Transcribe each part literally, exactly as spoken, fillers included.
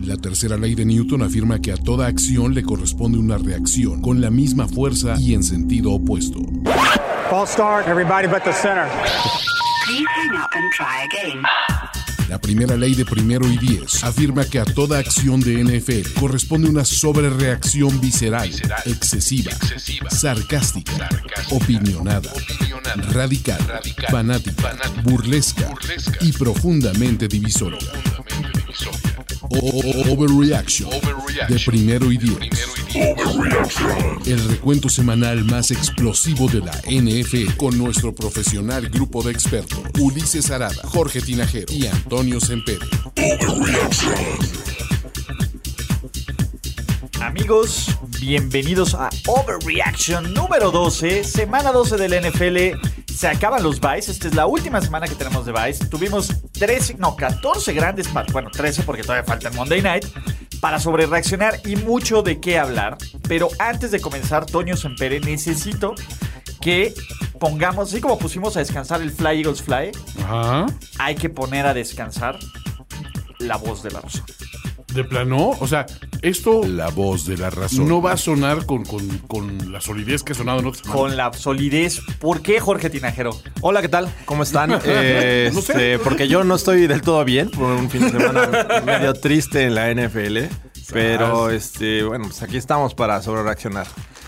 La tercera ley de Newton afirma que a toda acción le corresponde una reacción con la misma fuerza y en sentido opuesto. False start, everybody but the center. Please hang up and try again. La primera ley de primero y diez afirma que a toda acción de N F L corresponde una sobrereacción visceral, visceral excesiva, excesiva, sarcástica, sarcástica opinionada, opinionada, radical, radical fanática, fanática, burlesca, burlesca y profundamente divisoria. Profundamente divisoria. Overreaction, Overreaction de primero y diez. El recuento semanal más explosivo de la N F L con nuestro profesional grupo de expertos Ulises Arada, Jorge Tinajero y Antonio Sempere. Amigos, bienvenidos a Overreaction número doce, semana doce del N F L. Se acaban los byes, esta es la última semana que tenemos de byes. Tuvimos trece, no, catorce grandes, bueno, trece porque todavía falta el Monday Night, para sobrereaccionar y mucho de qué hablar. Pero antes de comenzar, Toño Sempere, necesito que pongamos, así como pusimos a descansar el Fly Eagles Fly, Ajá. hay que poner a descansar la voz de la razón. ¿De plano? O sea, esto La voz de la razón. no va a sonar con, con, con la solidez que ha sonado en otras semanas. Con la solidez. ¿Por qué, Jorge Tinajero? Hola, ¿qué tal? ¿Cómo están? Eh, No sé. este, porque yo no estoy del todo bien por un fin de semana medio triste en la N F L. Pero, este, bueno, pues aquí estamos para sobrereaccionar.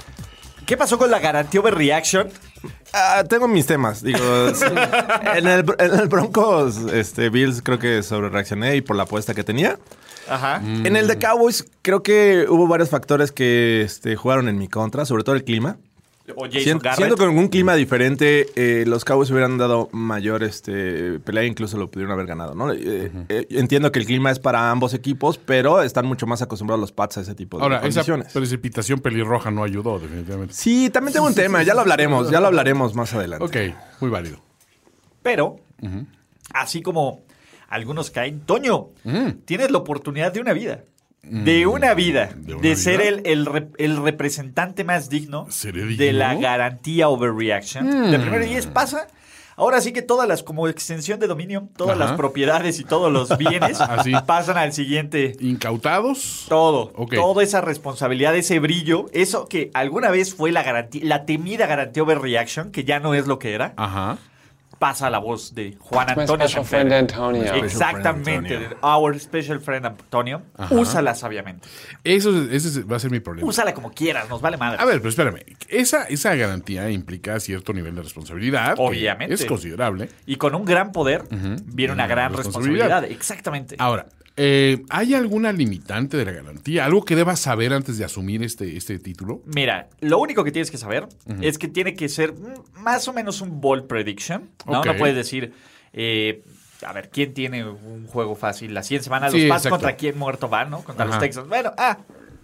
¿Qué pasó con la garantía Overreaction? Ah, tengo mis temas. Digo, sí, en, el, en el Broncos este, Bills creo que sobrereaccioné y por la apuesta que tenía. Ajá. Mm. En el de Cowboys creo que hubo varios factores que este, jugaron en mi contra, sobre todo el clima. O Jason Siento, Garrett. siento que con un clima diferente eh, los Cowboys hubieran dado mayor este, pelea, incluso lo pudieron haber ganado, ¿no? Eh, uh-huh. eh, entiendo que el clima es para ambos equipos, pero están mucho más acostumbrados los Pats a ese tipo de Ahora, condiciones. esa precipitación pelirroja no ayudó, definitivamente. Sí, también tengo un tema, ya lo hablaremos, ya lo hablaremos más adelante. Ok, muy válido. Pero, uh-huh. así como algunos caen, Toño, uh-huh. tienes la oportunidad de una vida. De una vida, de, una de vida? ser el, el, rep, el representante más digno de la garantía Overreaction. Mm. De primero y diez pasa. Ahora sí que todas las, como extensión de dominio, todas Ajá. las propiedades y todos los bienes Así. pasan al siguiente. ¿Incautados? Todo. Okay. Toda esa responsabilidad, ese brillo, eso que alguna vez fue la garantía, la temida garantía Overreaction, que ya no es lo que era. Ajá. Pasa la voz de Juan Antonio Sempere. Exactamente, de Our Special Friend Antonio. Ajá. Úsala sabiamente. Eso ese va a ser mi problema. Úsala como quieras, nos vale madre. A ver, pero espérame. Esa, esa garantía implica cierto nivel de responsabilidad. Obviamente. Es considerable. Y con un gran poder uh-huh. viene una gran responsabilidad. responsabilidad. Exactamente. Ahora, eh, ¿hay alguna limitante de la garantía? ¿Algo que debas saber antes de asumir este, este título? Mira, lo único que tienes que saber uh-huh. es que tiene que ser más o menos un bold prediction. ¿no? Okay. No puedes decir, eh, a ver, ¿quién tiene un juego fácil? Las cien semanas, sí, los Pats contra quién muerto van, ¿no? Contra Ajá. los Texans. Bueno, ah.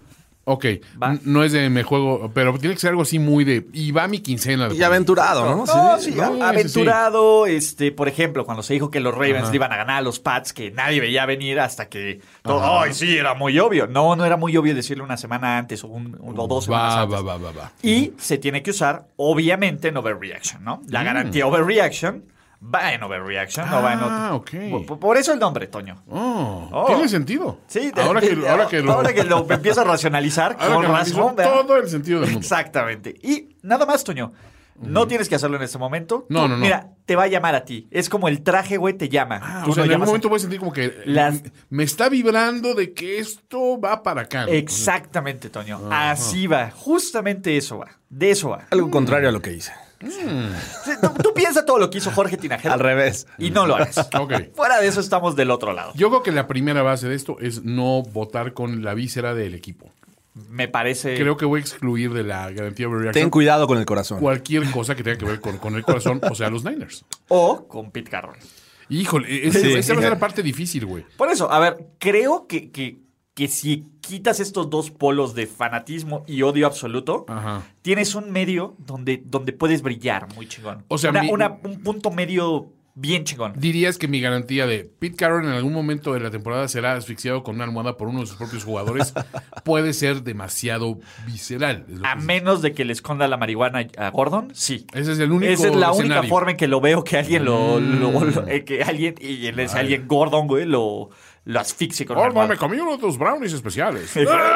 Ok, va. No es de me juego, pero tiene que ser algo así muy de, y va mi quincena. Y aventurado, ¿no? No, sí, sí, no, aventurado, sí. este, por ejemplo, cuando se dijo que los Ravens Ajá. le iban a ganar a los Pats, que nadie veía venir hasta que, todo, ay, sí, era muy obvio. No, no era muy obvio decirlo una semana antes o, un, o dos semanas va, antes. Va, va, va, va. Y se tiene que usar, obviamente, en Overreaction, ¿no? La mm. garantía Overreaction va en Overreaction, ah, no va en otro. Ah, ok. Por, por eso el nombre, Toño. Oh, oh. Tiene sentido. Sí. Ahora, que, ahora que lo... Ahora que lo empiezo a racionalizar, con razón. Todo el sentido del mundo. Exactamente. Y nada más, Toño. No uh-huh. tienes que hacerlo en este momento. No, Tú, no, no. Mira, te va a llamar a ti. Es como el traje, güey, te llama. Ah, Tú o sea, no en algún momento a... voy a sentir como que Las... me está vibrando de que esto va para acá. Exactamente, Toño. Uh-huh. Así va. Justamente eso va. De eso va. Algo mm. contrario a lo que hice. Mm. Tú, tú piensas todo lo que hizo Jorge Tinajero. Al revés. Y no lo hagas. Okay. Fuera de eso estamos del otro lado. Yo creo que la primera base de esto es no votar con la víscera del equipo. Me parece... Creo que voy a excluir de la garantía Overreaction. Ten cuidado con el corazón. Cualquier cosa que tenga que ver con, con el corazón, o sea, los Niners. O con Pete Carroll. Híjole, esa, sí. esa va a ser la parte difícil, güey. Por eso, a ver, creo que... que que si quitas estos dos polos de fanatismo y odio absoluto, Ajá. tienes un medio donde, donde puedes brillar muy chingón. O sea, una, mi... una, un punto medio bien chingón. ¿Dirías que mi garantía de Pete Carroll en algún momento de la temporada será asfixiado con una almohada por uno de sus propios jugadores puede ser demasiado visceral? Es lo A que- menos de que le esconda la marihuana a Gordon, sí. Ese es el único Esa es la única escenario. forma en que lo veo que alguien lo... Mm. lo- lo- eh, que alguien, y él es alguien Gordon, güey, lo, lo asfixie con una Gordon, me almohada. comí uno de tus brownies especiales.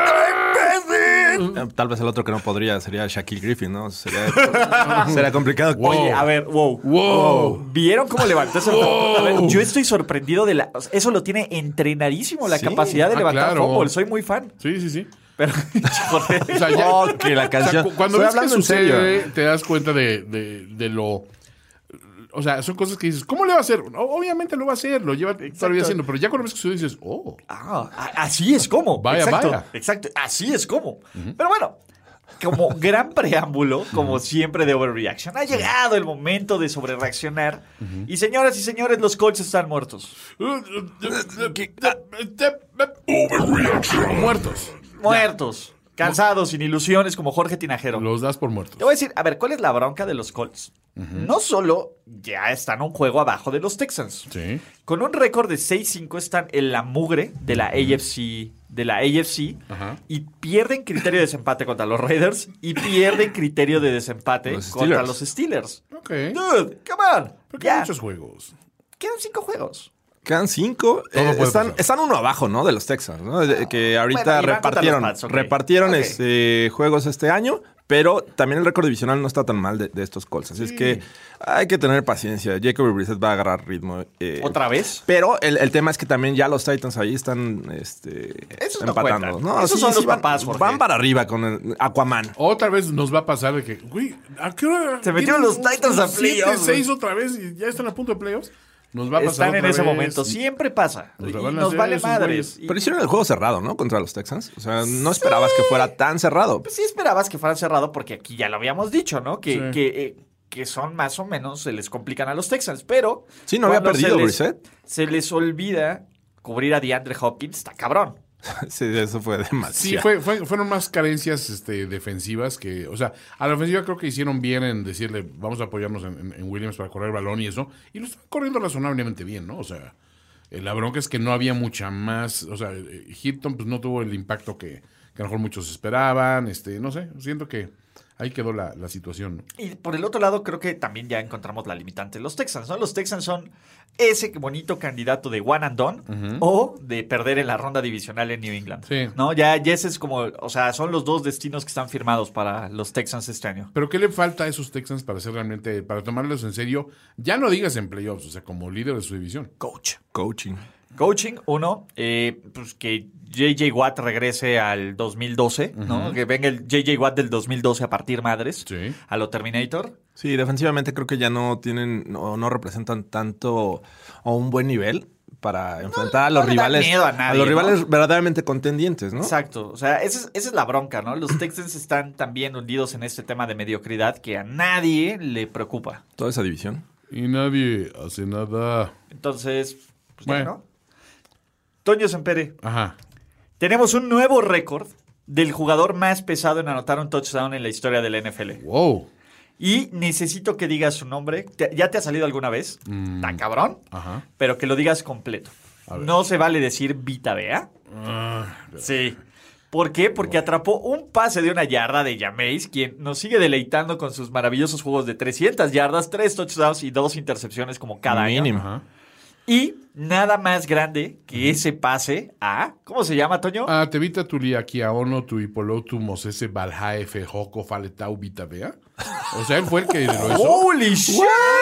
Eh, Tal vez el otro que no podría sería Shaquille Griffin, ¿no? Sería, sería complicado. Oye, a ver, wow. Wow. ¿Vieron cómo levantó ese Wow. A ver, yo estoy sorprendido de la... o sea, eso lo tiene entrenadísimo, la Sí. capacidad de Ah, levantar claro. fútbol. Soy muy fan. Sí, sí, sí. Pero, joder. O sea, ya- Oh, que la canción. O sea, cu- cuando Estoy ves que hablando en sucede, serio. te das cuenta de, de, de lo... O sea, son cosas que dices, ¿cómo le va a hacer? O- Obviamente lo va a hacer, lo lleva todavía haciendo, pero ya cuando ves que sucede dices, oh, Ah, a- así es como. Vaya, exacto, vaya. Exacto, así es como. Pero bueno, como gran preámbulo, como siempre de Overreaction, ha llegado el momento de sobrereaccionar. Y señoras y señores, los Colts están muertos. muertos. Muertos. Cansados, sin ilusiones, como Jorge Tinajero. Los das por muertos. Te voy a decir, a ver, ¿cuál es la bronca de los Colts? No solo ya están un juego abajo de los Texans. Sí. Con un récord de seis cinco están en la mugre de la A F C, de la A F C Ajá. y pierden criterio de desempate contra los Raiders y pierden criterio de desempate Los contra Steelers. los Steelers. Ok. Dude, come on. Pero quedan Ya, muchos juegos. quedan cinco juegos. Quedan cinco. Todo Eh, puede están, pasar. están uno abajo, ¿no? De los Texans, ¿no? De- que ahorita Bueno, y van contra repartieron, los Pats, ok. repartieron Ok. este, juegos este año, pero también el récord divisional no está tan mal de, de estos Colts. Así es que hay que tener paciencia. Jacoby Brissett va a agarrar ritmo. eh, ¿Otra vez? Pero el, el tema es que también ya los Titans ahí están este, Esos no empatando. cuentan. ¿no? Esos son los van, papás, Jorge. van para arriba con el Aquaman. Otra vez nos va a pasar de que, güey, ¿a qué hora? Se metieron tienen los Titans a siete, playoffs, güey. seis otra vez y ya están a punto de playoffs. Nos va a pasar Están en otra ese vez. momento. Siempre pasa. Nos Y la van a nos hacer vale esos madres. Y- Pero hicieron el juego cerrado, ¿no? Contra los Texans. O sea, no esperabas que fuera tan cerrado. Pues sí esperabas que fuera cerrado porque aquí ya lo habíamos dicho, ¿no? Que, Sí. que, eh, que son más o menos, se les complican a los Texans, pero... Sí, no había cuando perdido se les- Brissett. Se les olvida cubrir a DeAndre Hopkins, está cabrón. Sí, eso fue demasiado. Sí, fue, fue- fueron más carencias este, defensivas que, o sea, a la ofensiva creo que hicieron bien en decirle, vamos a apoyarnos en, en- en Williams para correr el balón y eso, y lo están corriendo razonablemente bien, ¿no? O sea, eh, la bronca es que no había mucha más, o sea, eh, Hilton pues no tuvo el impacto que, que a lo mejor muchos esperaban, este, no sé, siento que ahí quedó la, la situación, ¿no? Y por el otro lado, creo que también ya encontramos la limitante de los Texans, ¿no? Los Texans son ese bonito candidato de one and done o de perder en la ronda divisional en New England. Sí. ¿No? Ya, ya ese es como, o sea, son los dos destinos que están firmados para los Texans este año. Pero ¿qué le falta a esos Texans para ser realmente, para tomarlos en serio? Ya no digas en playoffs, o sea, como líder de su división. Coach. Coaching. Coaching, uno, eh, pues que J J Watt regrese al dos mil doce, ¿no? Que venga el J J Watt del dos mil doce a partir madres, Sí. a lo Terminator. Sí, defensivamente creo que ya no tienen, no, no representan tanto o un buen nivel para enfrentar a los no le da rivales, miedo a nadie, los ¿no? rivales verdaderamente contendientes, ¿no? Exacto, o sea, esa es, esa es la bronca, ¿no? Los Texans están también hundidos en este tema de mediocridad que a nadie le preocupa. Toda esa división. Y nadie hace nada. Entonces, pues Bueno. ya, ¿no? Toño Sempere, Ajá. tenemos un nuevo récord del jugador más pesado en anotar un touchdown en la historia de la N F L. Wow. Y necesito que digas su nombre. ¿Te- ¿Ya te ha salido alguna vez? Mm. ¿Tan cabrón? Ajá. Pero que lo digas completo. A ver. No se vale decir Vita Bea. Ah, Sí. ¿Por qué? Porque atrapó un pase de una yarda de Jameis, quien nos sigue deleitando con sus maravillosos juegos de trescientas yardas, tres touchdowns y dos intercepciones como cada Mínimo. año. ajá. Y nada más grande que ese pase a... ¿Cómo se llama, Toño? Ah, te vita tu liaquia ono tu hipolotu mosese baljae fejoko faletau vita vea. O sea, él fue el que lo hizo. ¡Holy shit!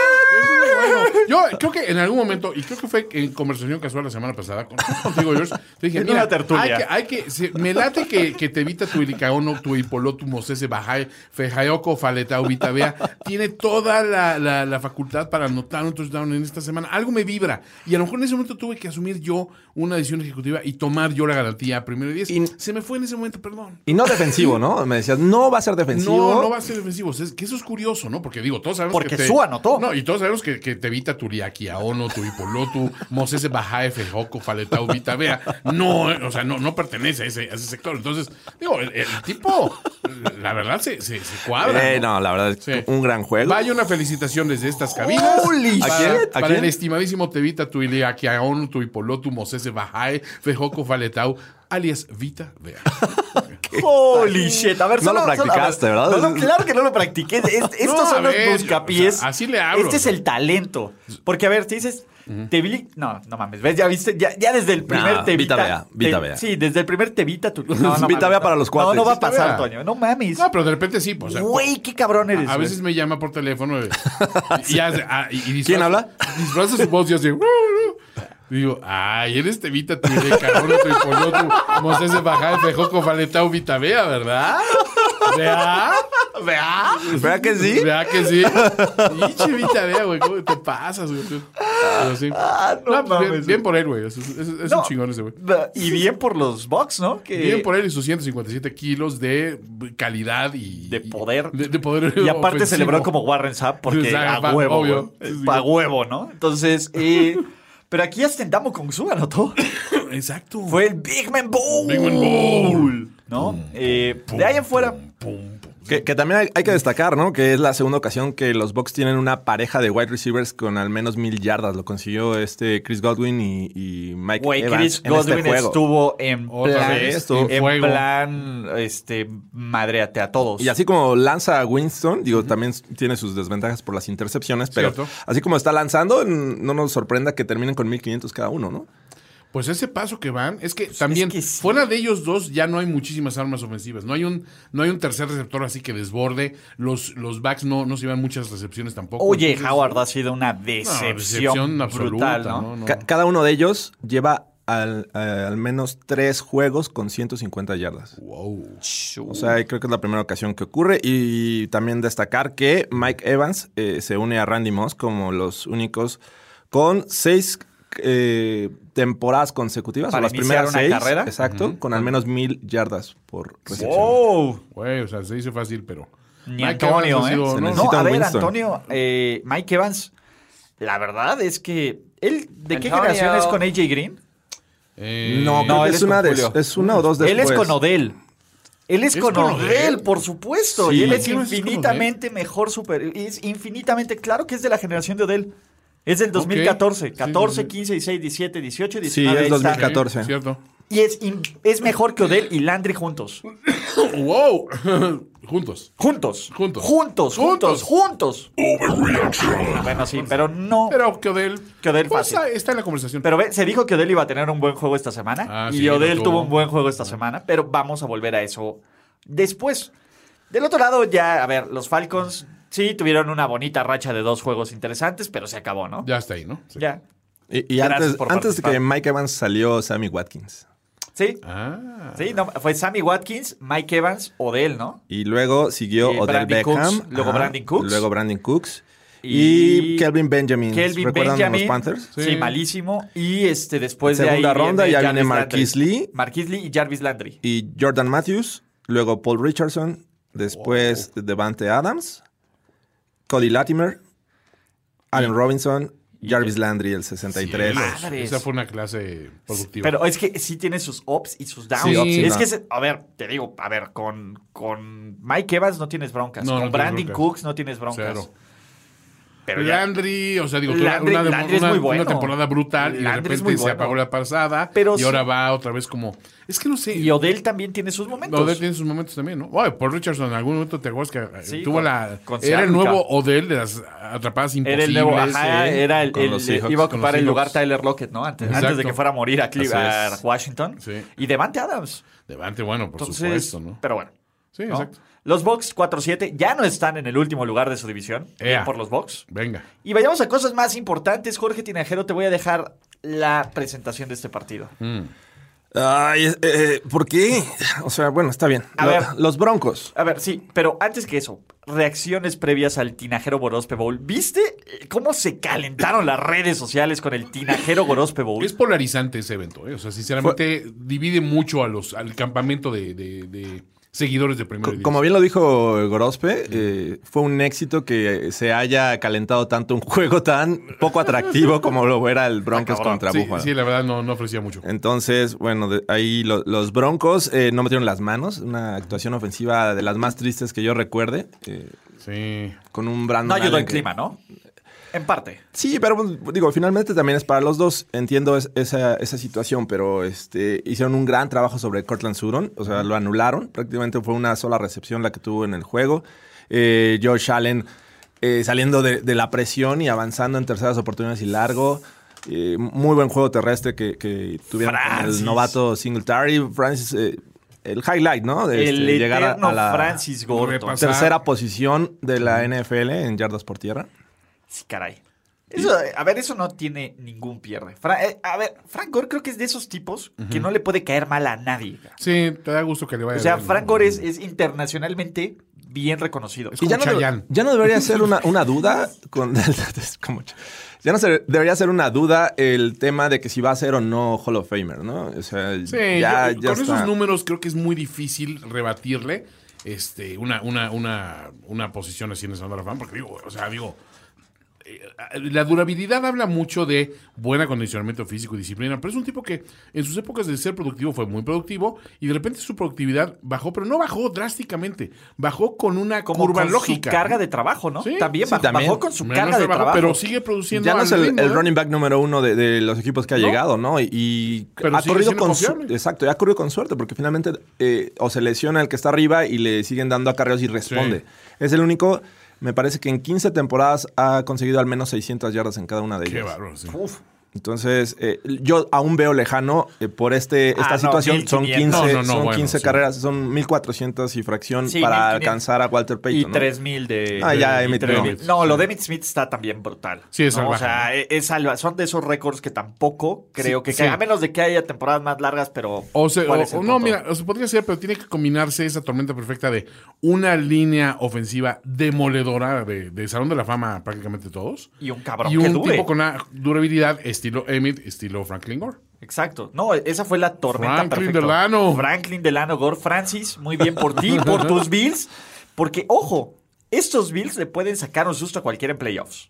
Bueno, yo creo que en algún momento, y creo que fue en conversación casual la semana pasada con, contigo, George, te dije, En mira, una tertulia. hay que, hay que se- me late que, que te evita tu ilicaono, tu hipolotu mosese bajae, fejayoco faletau vita vea, tiene toda la, la, la facultad para anotar un touchdown en esta semana. Algo me vibra. Y a lo mejor en ese momento tuve que asumir yo una decisión ejecutiva y tomar yo la garantía primero y diez. Y- Se me fue en ese momento, perdón. Y no defensivo, ¿no? Me decías, no va a ser defensivo. No, no va a ser defensivo. Es que eso es curioso, ¿no? Porque digo, todos sabemos Porque que te- Sua anotó. No, y todos sabemos sabemos que, que Tevita Turiaki, Aono, Tuipolotu, Moses Bajae, Fejoko, Faletau, Vita Vea, no, o sea, no, no pertenece a ese, a ese sector. Entonces, digo, el, el tipo, la verdad, se, se, se cuadra. Eh, no, la verdad, es Sí. un gran juego. Vaya una felicitación desde estas cabinas. Holy para, shit. ¿A para quién? el estimadísimo Tevita Turiaki, Aono, Tuipolotu, Moses Bajae, Fejoko, Faletau, alias Vita Vea. Holy shit. A ver, No solo, lo practicaste, solo- a ver, ¿verdad? No, no, claro que no lo practiqué. Est- estos No, a son los ver, buscapiés. o sea, así le hablo, Este es o sea. el talento. Porque, a ver, te dices... Tevili- no, no mames, ¿ves? Ya viste, ya, ya desde el primer No, Tevita. Vita Vea, Vita te- Vea. Sí, desde el primer Tevita. Tu, no, no Vita mames, Vea no. para los cuates. No, no va a Vita pasar, Vea. Toño. No mames. No, pero de repente sí, pues, o sea, Güey, qué cabrón eres. a güey. veces me llama por teléfono eh, y, hace- ah, y, y disfraza- ¿Quién habla? Disfraza su voz y hace... Digo, ay, eres Tevita Turiaki, Aono, Tuipolotu, Moses Bajae, Fejoko, Faletau, Vita Vea, ¿verdad? ¿Vea? ¿Vea? ¿Verdad que sí? ¿Verdad que sí? Pinche Vita Vea, güey, ¿cómo te pasas, güey? Pero sí. Ah, no No, pues, bien, mames, bien por él, güey. Es, es- es No. un chingón ese, güey. Y bien por los Bucks, ¿no? Que... Bien por él y sus ciento cincuenta y siete kilos de calidad y... De poder. De, de poder Y aparte ofensivo. celebró como Warren Sapp porque O sea, a pa- huevo, obvio. güey. Sí. Pa' huevo, ¿no? Entonces, eh, pero aquí hasta en Damo Kung Su anotó. Exacto. Fue el Big Man Bowl. Big Man Bowl. ¿No? Eh, de ahí en fuera. Que, que también hay, hay que destacar, ¿no? Que es la segunda ocasión que los Bucks tienen una pareja de wide receivers con al menos mil yardas. Lo consiguió este Chris Godwin y, y Mike Güey, Evans Chris en Godwin este juego. estuvo en Otra plan, vez, estuvo en fuego. plan, este, madreate a todos. Y así como lanza a Winston, digo, también tiene sus desventajas por las intercepciones, pero Cierto. así como está lanzando, n- no nos sorprenda que terminen con mil quinientos cada uno, ¿no? Pues ese paso que van, es que también, que sí. fuera de ellos dos, ya no hay muchísimas armas ofensivas. No hay un, no hay un tercer receptor así que desborde. Los, los backs no, no se llevan muchas recepciones tampoco. Oye, Entonces, Howard ha sido una decepción, decepción absoluta, brutal, ¿no? ¿no? No. Ca- cada uno de ellos lleva al, eh, al menos tres juegos con ciento cincuenta yardas. Wow. O sea, creo que es la primera ocasión que ocurre. Y también destacar que Mike Evans eh, se une a Randy Moss como los únicos con seis eh, temporadas consecutivas. Para o las iniciar primeras una seis, carrera. exacto, con al menos mil yardas por recepción. ¡Wow! Güey, o sea, se dice fácil, pero... Ni Mike Antonio, Evans ha ¿eh? sido- Se no, necesita No, a un ver, Winston. Antonio, eh, Mike Evans, la verdad es que él, ¿de qué Antonio. generación es con A J Green? eh, No, No, creo él que es es una, con de- Julio. es una o dos después. Él es con Odell. Él es, ¿Es con, con Odell, Odell? por supuesto. Sí, y él es ¿quién es con infinitamente mejor super. Es infinitamente, claro que es de la generación de Odell. Es del dos mil catorce. Sí, catorce, sí, sí. quince, dieciséis, diecisiete, dieciocho, Sí, diecinueve. es ahí está. dos mil catorce. Sí, cierto. Y es, in- es mejor que Odell y Landry juntos. ¡Wow! Juntos. Juntos. Juntos. Juntos, juntos, juntos. Bueno, sí, pero no. Pero que Odell... Que Odell pues, fácil. está en la conversación. Pero ve, se dijo que Odell iba a tener un buen juego esta semana. Ah, y sí, Odell lo tuvo tuvo. un buen juego esta semana. Pero vamos a volver a eso después. Del otro lado, ya, a ver, los Falcons sí tuvieron una bonita racha de dos juegos interesantes, pero se acabó, ¿no? Ya está ahí, ¿no? Sí. Ya. Y, y Gracias antes, por antes de participar. que Mike Evans salió Sammy Watkins. Sí. Ah. Sí, no, fue Sammy Watkins, Mike Evans, Odell, ¿no? Y luego siguió Y Odell Brandon Beckham. Cooks, luego Brandon Cooks. Luego Brandon Cooks. Y- Y, Kelvin Benjamin. Kelvin ¿Recuerdan Benjamin. los Panthers? Sí. Sí. malísimo. Y este después de Segunda ahí ronda, ya viene Jarvis Marquise Landry. Lee. Marquise Lee y Jarvis Landry. Y Jordan Matthews. Luego Paul Richardson. Después Devante Adams. Cody Latimer. Allen Robinson. Jarvis Landry, el sesenta y tres. Cielos. Madres. Esa fue una clase productiva. Pero es que sí tiene sus ups y sus downs. Sí, ups y es downs. que, se- a ver, te digo, a ver, con, con Mike Evans no tienes broncas. No, no con tienes Brandon broncas. Cooks no tienes broncas. Cero. Pero ya- Landry, o sea, digo, Landry- una, una, Landry es una- muy bueno. una temporada brutal y de Landry es repente muy se bueno. apagó la pasada Pero y sí- ahora va otra vez como... Es que no sé. Y Odell también tiene sus momentos. Odell tiene sus momentos también, ¿no? Oye, Paul Richardson en algún momento te acuerdas que eh, Sí, tuvo con- la... con era el Seattle, nuevo cabrón. Odell de las atrapadas imposibles. Era el nuevo, ajá, eh. era el, con el- los eh, Seahawks, iba a con ocupar los el lugar Seahawks. Tyler Lockett, ¿no? Antes, Exacto. antes de que fuera a morir a, Cle- Así a es. Washington. Sí. Y Devante Adams. Devante, bueno, por Entonces, supuesto, ¿no? pero bueno. Sí, ¿no? exacto. Los Bucks cuatro siete ya no están en el último lugar de su división. Ea. Bien por los Bucks. Venga. Y vayamos a cosas más importantes. Jorge Tinajero, te voy a dejar la presentación de este partido. Ay, eh, eh, ¿por qué? O sea, bueno, está bien. A Lo- ver. Los Broncos. A ver, sí, pero antes que eso, reacciones previas al Tinajero Gorospe Bowl. ¿Viste cómo se calentaron las redes sociales con el Tinajero Gorospe Bowl? Es polarizante ese evento, ¿eh? O sea, sinceramente divide mucho a los, al campamento de, de, de, seguidores de primero y diez. Como bien lo dijo Gorospe, eh, fue un éxito que se haya calentado tanto un juego tan poco atractivo como lo era el Broncos Ah, cabrón. contra Sí, Buffalo. sí, la verdad no, no ofrecía mucho. Entonces, bueno, de- ahí lo- los Broncos eh, no metieron las manos. Una actuación ofensiva de las más tristes que yo recuerde. eh, Sí. con un Brandon No ayudó Allen el que- clima, ¿no? En parte. Sí, pero pues, digo, finalmente también es para los dos. Entiendo es- esa, esa situación, pero este, hicieron un gran trabajo sobre Cortland Sutton. O sea, lo anularon. Prácticamente fue una sola recepción la que tuvo en el juego. Eh, Josh Allen eh, saliendo de, de la presión y avanzando en terceras oportunidades y largo. Eh, muy buen juego terrestre que, que tuvieron con Francis. el novato Singletary. Francis, eh, el highlight, ¿no? De El este, llegar a, eterno a la Francis Gordon. Repasar. tercera posición de la N F L en yardas por tierra. Sí, caray. Eso, a ver, eso no tiene ningún pierde. Fra- eh, a ver, Frank Gore creo que es de esos tipos que no le puede caer mal a nadie. Sí, te da gusto que le vaya O sea, bien, Frank ¿no? Gore es, es internacionalmente bien reconocido. Es Y ya como no, Chayanne. ya no debería ser una, una duda con es como Ch- ya no se, debería ser una duda el tema de que si va a ser o no Hall of Famer, ¿no? O sea, Sí, ya, yo- ya con está. esos números creo que es muy difícil rebatirle este, una, una, una, una posición así en el Salón de la Fama, porque digo, o sea, digo, eh, la durabilidad habla mucho de buen acondicionamiento físico y disciplina, pero es un tipo que en sus épocas de ser productivo fue muy productivo y de repente su productividad bajó, pero no bajó drásticamente, bajó con una Como curva con lógica. su carga de trabajo, ¿no? Sí, también, sí, bajó, también. bajó con su Menos carga de trabajo, trabajo. pero sigue produciendo. Ya no al es el, ritmo, el ¿eh? running back número uno de, de los equipos que ha No. llegado, ¿no? Y, y Pero ha sigue corrido siendo con su, confiable. exacto, ya ha corrido con suerte, porque finalmente eh, o se lesiona el que está arriba y le siguen dando acarreos y responde. Sí. Es el único, me parece que en quince temporadas ha conseguido al menos seiscientas yardas en cada una de Qué ellas. bárbaro, sí. Uf. Entonces, eh, yo aún veo lejano eh, por este esta Ah, no, situación. Son mil quince, quinientos. No, no, no, son bueno, quince sí. carreras, son mil cuatrocientos y fracción Sí, para mil quinientos. alcanzar a Walter Y Payton. ¿no? tres mil de... Ah, ya, y Emmitt tres Smith. mil. No, lo de Emmitt Smith está también brutal. Sí, es ¿no? O salvaje, sea, ¿no? es, es salva- son de esos récords que tampoco creo Sí, que sí. caigan, a menos de que haya temporadas más largas, pero... O, se, ¿cuál o- es el o no, punto? mira, o se podría ser, pero tiene que combinarse esa tormenta perfecta de una línea ofensiva demoledora de, de Salón de la Fama prácticamente todos. Y un cabrón Y que un dure. tipo con una durabilidad estilo Emmitt, estilo Franklin Gore. Exacto. No, esa fue la tormenta Franklin perfecta. Delano. Franklin Delano Gore. Francis, muy bien por ti, por tus Bills. Porque, ojo, estos Bills le pueden sacar un susto a cualquiera en playoffs.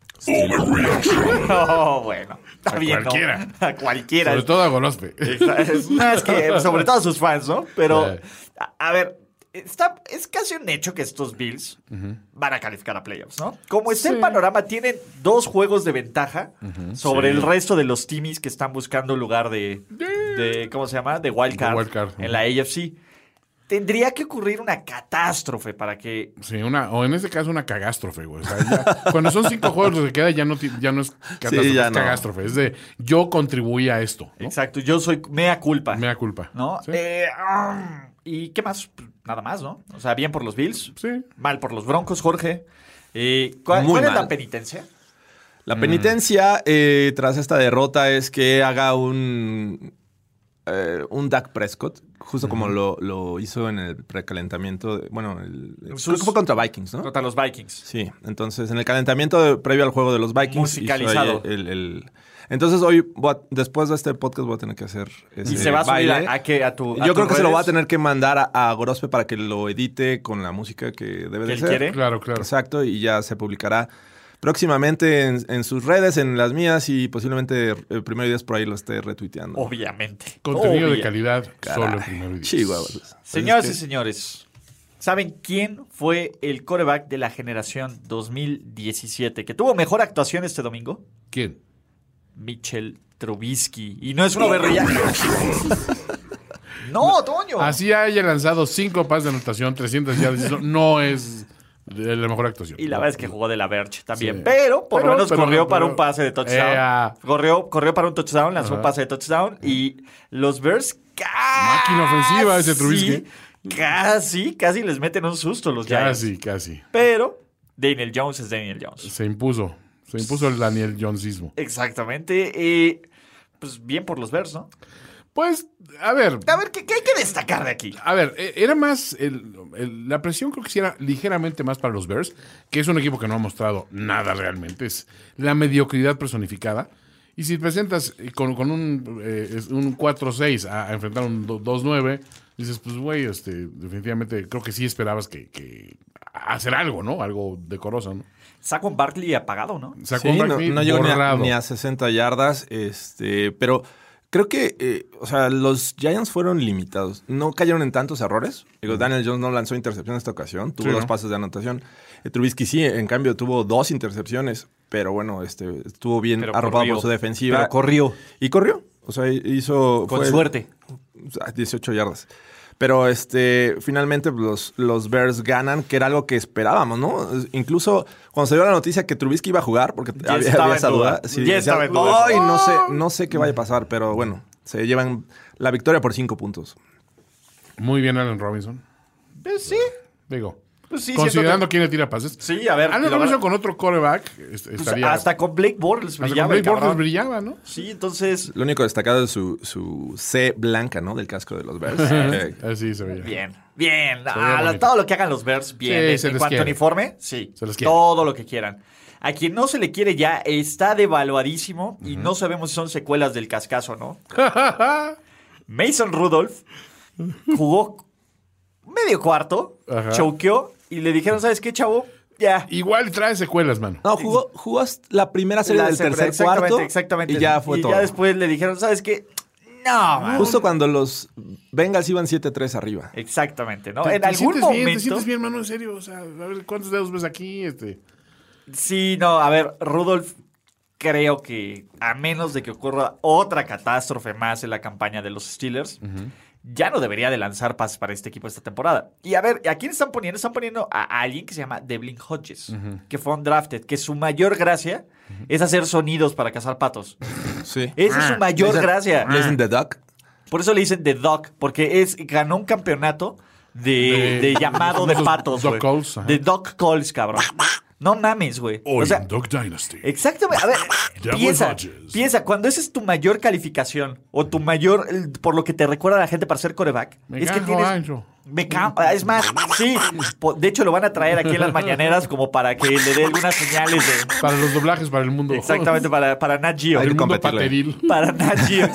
No, bueno. Está A bien, ¿no? cualquiera. A cualquiera. Sobre todo a Golospe. Es más que, sobre todo a sus fans, ¿no? Pero, Sí. a, a ver, está, es casi un hecho que estos Bills van a calificar a playoffs, ¿no? Como está el panorama, tienen dos juegos de ventaja sobre Sí. el resto de los Timmys que están buscando lugar de, de ¿cómo se llama? De wild card, De wild card, en ujú. la A F C. Tendría que ocurrir una catástrofe para que... Sí, una, o en este caso una cagástrofe, güey. O sea, ya- cuando son cinco juegos los que queda, ya no, ti- ya no es catástrofe, ya es no. cagástrofe. Es de yo contribuí a esto, ¿no? Exacto, yo soy mea culpa. Mea culpa. ¿No? Sí. Eh, ah, ¿Y qué más? Nada más, ¿no? O sea, bien por los Bills. Sí. Mal por los Broncos, Jorge. Eh, ¿Cuál, Muy cuál es mal. la penitencia? La penitencia eh, tras esta derrota es que haga un, eh, un Dak Prescott, justo como lo, lo hizo en el precalentamiento. de- bueno, el, Sus- creo que fue contra Vikings, ¿no? Contra los Vikings. Sí, entonces en el calentamiento de- previo al juego de los Vikings. hizo ahí Musicalizado. el- el- entonces hoy, voy a- después de este podcast, voy a tener que hacer ese Y se va a subir baile. a, a que a tu. a Yo creo tus que se lo voy a redes, tener que mandar a, a Gorospe para que lo edite con la música que debe que de él ser. quiere. Claro, claro. Exacto, y ya se publicará próximamente en, en sus redes, en las mías y posiblemente el primero día por ahí lo esté retuiteando. Obviamente. Contenido de Obvia. calidad solo en Caray, primero y diez. chihuahuas. Señoras Es y que- señores, ¿saben quién fue el quarterback de la generación dos mil diecisiete que tuvo mejor actuación este domingo? ¿Quién? Mitchell Trubisky. Y no es un overreaction. No, Toño. Así haya lanzado cinco pases de anotación, trescientas yardas, eso no es de la mejor actuación. Y la verdad es que jugó de la Verge también. Sí. Pero por Pero- lo menos pero- corrió para pero- un pase de touchdown. Ea. Corrió, corrió para un touchdown, lanzó un Ajá. pase de touchdown. Y los Bears casi... Máquina ofensiva ese Trubisky. Casi, casi les meten un susto los Giants. Casi, casi. Pero Daniel Jones es Daniel Jones. Se impuso. Se impuso el Daniel Jonesismo. Exactamente. Y pues bien por los Bears, ¿no? Pues, a ver. A ver, ¿qué, qué hay que destacar de aquí? A ver, eh, era más. el- el- la presión creo que sí era ligeramente más para los Bears, que es un equipo que no ha mostrado nada realmente. Es la mediocridad personificada. Y si presentas eh, con, con un, eh, es un cuatro seis a, a enfrentar un do- dos nueve, dices, pues, güey, este, definitivamente creo que sí esperabas que, que hacer algo, ¿no? Algo decoroso, ¿no? Saquon Barkley apagado, ¿no? Saquon Sí, no, Barkley no llegó ni a, borrado. ni a sesenta yardas, este, pero creo que, eh, o sea, los Giants fueron limitados. No cayeron en tantos errores. Digo, Daniel Jones no lanzó intercepción en esta ocasión, tuvo Sí, dos ¿no? pases de anotación. Eh, Trubisky sí, en cambio, tuvo dos intercepciones, pero bueno, este, estuvo bien Pero arropado corrió. por su defensiva. Pero corrió. Y corrió. O sea, hizo... Con fue- suerte. dieciocho yardas. Pero este, finalmente los, los Bears ganan, que era algo que esperábamos, ¿no? Incluso cuando se dio la noticia que Trubisky iba a jugar, porque Ya había, estaba había en esa duda. duda. sí, Ya decía, estaba en duda. "Ay, no sé, no sé qué vaya a pasar", pero bueno, se llevan la victoria por cinco puntos. Muy bien Allen Robinson. Pues sí. Digo, Pues sí, considerando siento que- quién le tira pases. Sí, a ver. Allen la Robinson verdad, con otro quarterback est- pues, estaría... hasta con Blake Bortles hasta brillaba con el Blake Bortles cabrón. brillaba, ¿no? Sí, entonces... Lo único destacado es su, su C blanca, ¿no? Del casco de los Bears. Eh, Así se veía. Bien, bien. veía Ah, lo- bonito. todo lo que hagan los Bears, bien. Sí, En- se en les cuanto a quiere. uniforme, sí. Se les quiere. Todo lo que quieran. A quien no se le quiere ya está devaluadísimo y no sabemos si son secuelas del cascazo, ¿no? Mason Rudolph jugó medio cuarto, Ajá. choqueó y le dijeron, ¿sabes qué, chavo? Ya. Igual trae secuelas, mano. no, jugó, jugó hasta la primera serie La del separa- tercer exactamente, cuarto. exactamente. Y ya fue todo. ya después le dijeron, ¿sabes qué? No, man. Justo cuando los Bengals iban siete tres arriba. Exactamente, ¿no? ¿Te, en te algún sientes momento... bien? ¿Te sientes bien, mano? En serio. O sea, a ver, ¿cuántos dedos ves aquí? Este... Sí, no, a ver, Rudolph, creo que a menos de que ocurra otra catástrofe más en la campaña de los Steelers, ya no debería de lanzar pases para este equipo esta temporada. Y a ver, ¿a quién están poniendo? Están poniendo a alguien que se llama Devlin Hodges, que fue undrafted, que su mayor gracia es hacer sonidos para cazar patos. Sí. Esa es su mayor Le dicen- gracia. Le dicen The Duck. Por eso le dicen The Duck, porque es, ganó un campeonato de, De- de llamado de los patos, Duck güey. calls, ajá. De Duck Calls, cabrón. No mames, güey. Hoy O sea, en Dog Dynasty. exactamente. A ver, Devlin piensa, Hodges. piensa, cuando esa es tu mayor calificación o tu mayor, el- por lo que te recuerda a la gente para ser coreback, Me es que cago tienes... ancho. Me ca- Es más, sí. po- De hecho, lo van a traer aquí en las mañaneras como para que le dé algunas señales de... Para los doblajes, para el mundo. Exactamente, para, para Nat Geo. Hay El que mundo competirle. pateril. Para Nat Geo.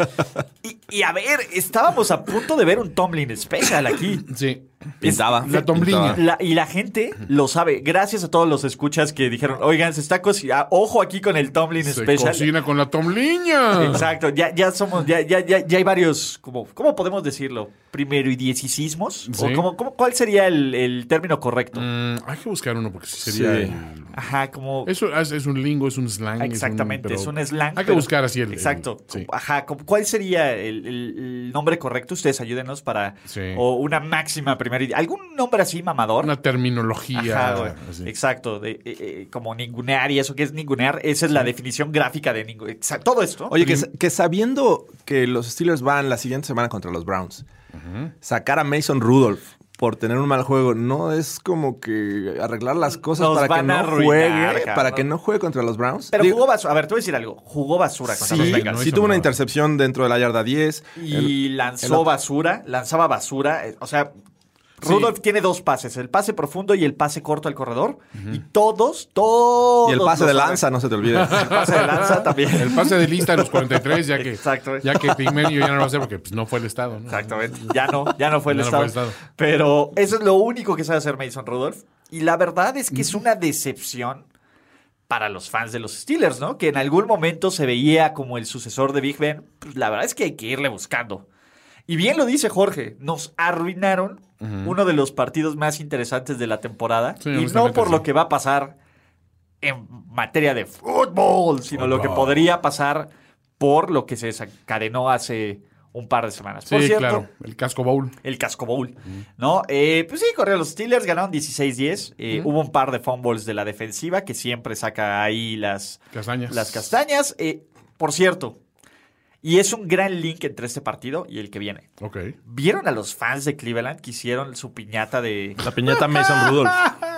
Y, y a ver, estábamos a punto de ver un Tomlin Special aquí. Sí. Pintaba. La tombliña. Pintaba. La- y la gente lo sabe. Gracias a todos los escuchas que dijeron, oigan, se está cocinando. Ojo aquí con el Tomlin Se Special. cocina con la tomliña. Exacto, ya, ya somos, ya, ya, ya, ya hay varios, como, ¿cómo podemos decirlo? Primero y diecicismos. Sí. ¿O cómo, cómo- ¿Cuál sería el, el término correcto? Mm, hay que buscar uno porque sí sería... Sí. el- Ajá, como... Eso es, es un lingo, es un slang. Exactamente, es un, pero slang. Hay que pero- buscar así el... el- Exacto. sí. Ajá, como- ¿cuál sería el, el- el nombre correcto? Ustedes ayúdenos para... Sí. O una máxima primera y... ¿Algún nombre así mamador? Una terminología. Ajá, güey. así. Exacto. De, eh, eh, como ningunear y eso que es ningunear, esa es la definición gráfica de ningunear. Todo esto. Oye, que, que sabiendo que los Steelers van la siguiente semana contra los Browns, sacar a Mason Rudolph por tener un mal juego no es como que arreglar las cosas Nos para que van a no arruinar, juegue, cabrón. para que no juegue contra los Browns. Pero Digo, jugó basura. A ver, te voy a decir algo. Jugó basura contra sí, los Bengals. no sí hizo tuvo una nada. intercepción dentro de la yarda diez. Y El- lanzó el- basura, lanzaba basura. eh, O sea, Rudolph tiene dos pases, el pase profundo y el pase corto al corredor. Y todos, todos. Y el pase lo de saben. lanza, no se te olvide. El pase de lanza también. El pase de lista de los cuarenta y tres, ya que, Exacto. ya que Pigmenio ya no lo va a hacer porque pues, no fue el Estado. ¿no? Exactamente. Ya no, ya no fue el, Ya no estado. fue el estado. Pero eso es lo único que sabe hacer Mason Rudolph. Y la verdad es que es una decepción para los fans de los Steelers, ¿no? Que en algún momento se veía como el sucesor de Big Ben. Pues la verdad es que hay que irle buscando. Y bien lo dice Jorge, nos arruinaron uno de los partidos más interesantes de la temporada. Sí, y no honestamente, por sí. lo que va a pasar en materia de fútbol, sino lo que Fútbol. podría pasar por lo que se desencadenó hace un par de semanas. Sí, por cierto, claro. El casco bowl. el Casco Bowl, ¿no? Eh, pues sí, corrieron los Steelers, ganaron dieciséis diez. Eh, Hubo un par de fumbles de la defensiva que siempre saca ahí las Castañas. las castañas. Eh, por cierto, y es un gran link entre este partido y el que viene. Ok. ¿Vieron a los fans de Cleveland que hicieron su piñata de... La piñata Mason Rudolph.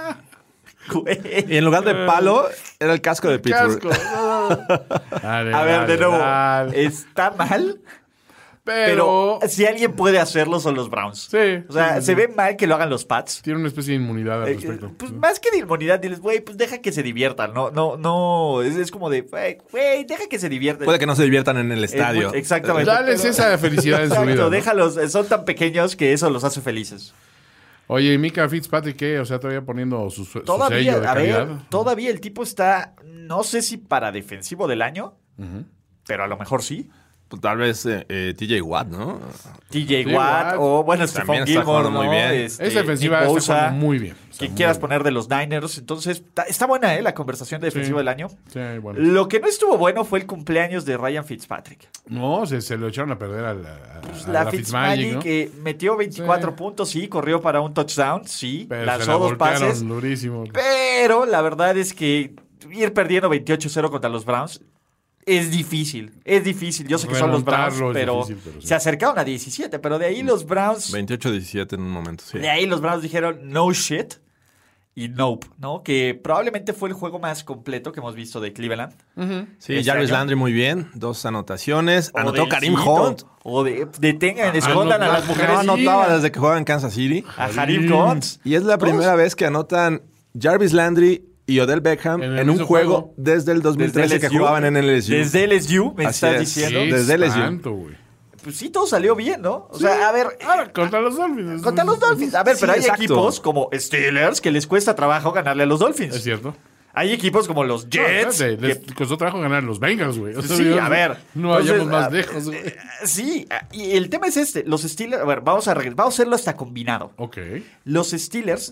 Y en lugar de palo, era el casco de Pittsburgh. Casco. Dale, A ver, dale, de nuevo, dale. ¿está mal? Pero, Pero si alguien puede hacerlo son los Browns. Sí, O sea, sí, sí, se sí. ve mal que lo hagan los Pats. tiene una especie de inmunidad al Eh, respecto. Pues más que de inmunidad, diles, güey, pues deja que se diviertan. No, no, no. Es, es como de, güey, güey, deja que se diviertan. Puede que no se diviertan en el Eh, estadio. pues, exactamente. Dales pero- esa felicidad en su Exacto, vida, ¿no? déjalos. eh, Son tan pequeños que eso los hace felices. Oye, ¿y Mika Fitzpatrick qué? O sea, todavía poniendo su, su Todavía, sello de a ver, calidad. todavía el tipo está, no sé si para defensivo del año, pero a lo mejor sí. Pues tal vez eh, eh, T J Watt, ¿no? T J Sí, Watt Watt. o, bueno, También Stephon está Gilmore, jugando ¿no? muy bien. Este, Esa defensiva Nick está Bosa, jugando muy bien. Está Quien muy quieras bien. poner de los Niners. Entonces, está, está buena, ¿eh? La conversación de defensivo Sí. del año. Sí, bueno. Lo que no estuvo bueno fue el cumpleaños de Ryan Fitzpatrick. No, se, se lo echaron a perder a la, a, Pues a la, la Fitzmagic Fitzmagic, ¿no? que metió veinticuatro Sí. puntos, sí, corrió para un touchdown, sí, Pero se lanzó la dos voltearon pases. durísimo. Pero la verdad es que ir perdiendo veintiocho cero contra los Browns es difícil. Es difícil. Yo sé que son los Browns, Remontarlo es pero, difícil, pero sí. se acercaron a diecisiete. Pero de ahí los Browns, veintiocho diecisiete en un momento, sí. de ahí los Browns dijeron no shit y nope, ¿no? Que probablemente fue el juego más completo que hemos visto de Cleveland. Sí, este Jarvis año. Landry muy bien, dos anotaciones. O Anotó del Karim Cito, Hunt. O de, detengan, escondan a no, las no, mujeres. No anotaba desde que jugaba en Kansas City. A Harim Hunt. Y es la primera vez que anotan Jarvis Landry y Odell Beckham En en, el un mismo juego, juego. desde el dos mil trece Desde que L S U. jugaban en el L S U. Desde L S U, me Así estás es. diciendo. Sí, desde L S U. santo, güey. Pues sí, todo salió bien, ¿no? O sea, a ver, Ahora, contra los Dolphins. contra los Dolphins. A ver, Sí, pero hay exacto. equipos como Steelers que les cuesta trabajo ganarle a los Dolphins. Es cierto. Hay equipos como los No, Jets. espérate, les que- costó trabajo ganar los Bengals, güey. O sea, sí, yo- a ver. No Entonces, vayamos más a- lejos, güey. eh, Sí, y el tema es este. Los Steelers, a ver, vamos a, regres- vamos a hacerlo hasta combinado. Ok. Los Steelers,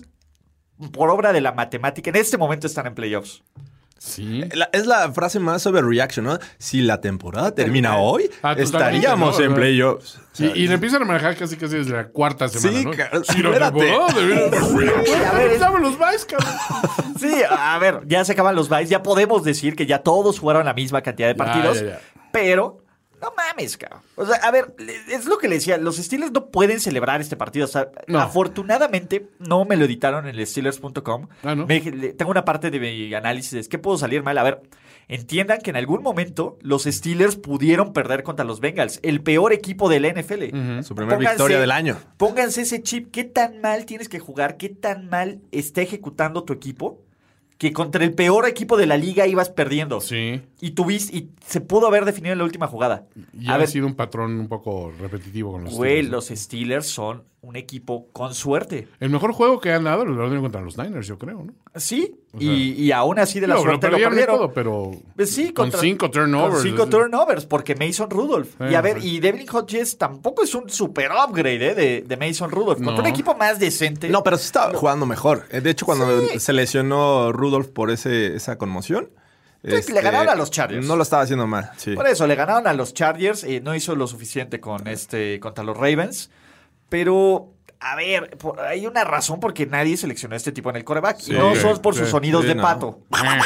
por obra de la matemática, en este momento están en playoffs. Sí. La- es la frase más overreaction, ¿no? Si la temporada termina hoy, Ah, totalmente, estaríamos ¿no? en O sea, playoffs. Y, y le empiezan a manejar casi casi desde la cuarta semana, Sí, ¿no? ca- Sí, la espérate. temporada debería- A ver, es- Estaban los Vice, cabrón. Sí, a ver, ya se acaban los byes, ya podemos decir que ya todos jugaron la misma cantidad de Ya, partidos, ya, ya. pero no mames, cabrón. O sea, a ver, le- es lo que le decía, los Steelers no pueden celebrar este partido. O sea, No. afortunadamente no me lo editaron en el Steelers punto com. Ah, ¿no? Me- le- tengo una parte de mi análisis, es ¿qué puedo salir mal? A ver, entiendan que en algún momento los Steelers pudieron perder contra los Bengals, el peor equipo de la N F L. Su primera victoria del año. Pónganse ese chip. ¿Qué tan mal tienes que jugar? ¿Qué tan mal está ejecutando tu equipo? Que contra el peor equipo de la liga ibas perdiendo. Sí. Y tuviste, y se pudo haber definido en la última jugada. Y A ha ver, sido un patrón un poco repetitivo con los güey, Steelers, ¿no? los Steelers son un equipo con suerte. El mejor juego que han dado lo dieron contra los Niners, yo creo, ¿no? Sí, O sea, y, y aún así de la Lo- lo suerte lo perdieron y perdieron. todo, pero Pues sí, con contra- cinco turnovers. Con cinco es- turnovers, porque Mason Rudolph. Sí, y a ver, sí. y Devlin Hodges tampoco es un super upgrade eh, de, de Mason Rudolph. Contra No. un equipo más decente. No, pero sí estaba jugando mejor. Eh, De hecho, cuando Sí. se lesionó Rudolph por ese, esa conmoción. este, le ganaron a los Chargers. No lo estaba haciendo mal. Sí. Por eso, le ganaron a los Chargers. Eh, no hizo lo suficiente con este contra los Ravens. Pero, a ver, por- hay una razón por qué nadie seleccionó a este tipo en el coreback. Sí, y no ok, son por sí, sus sonidos sí, de no. pato.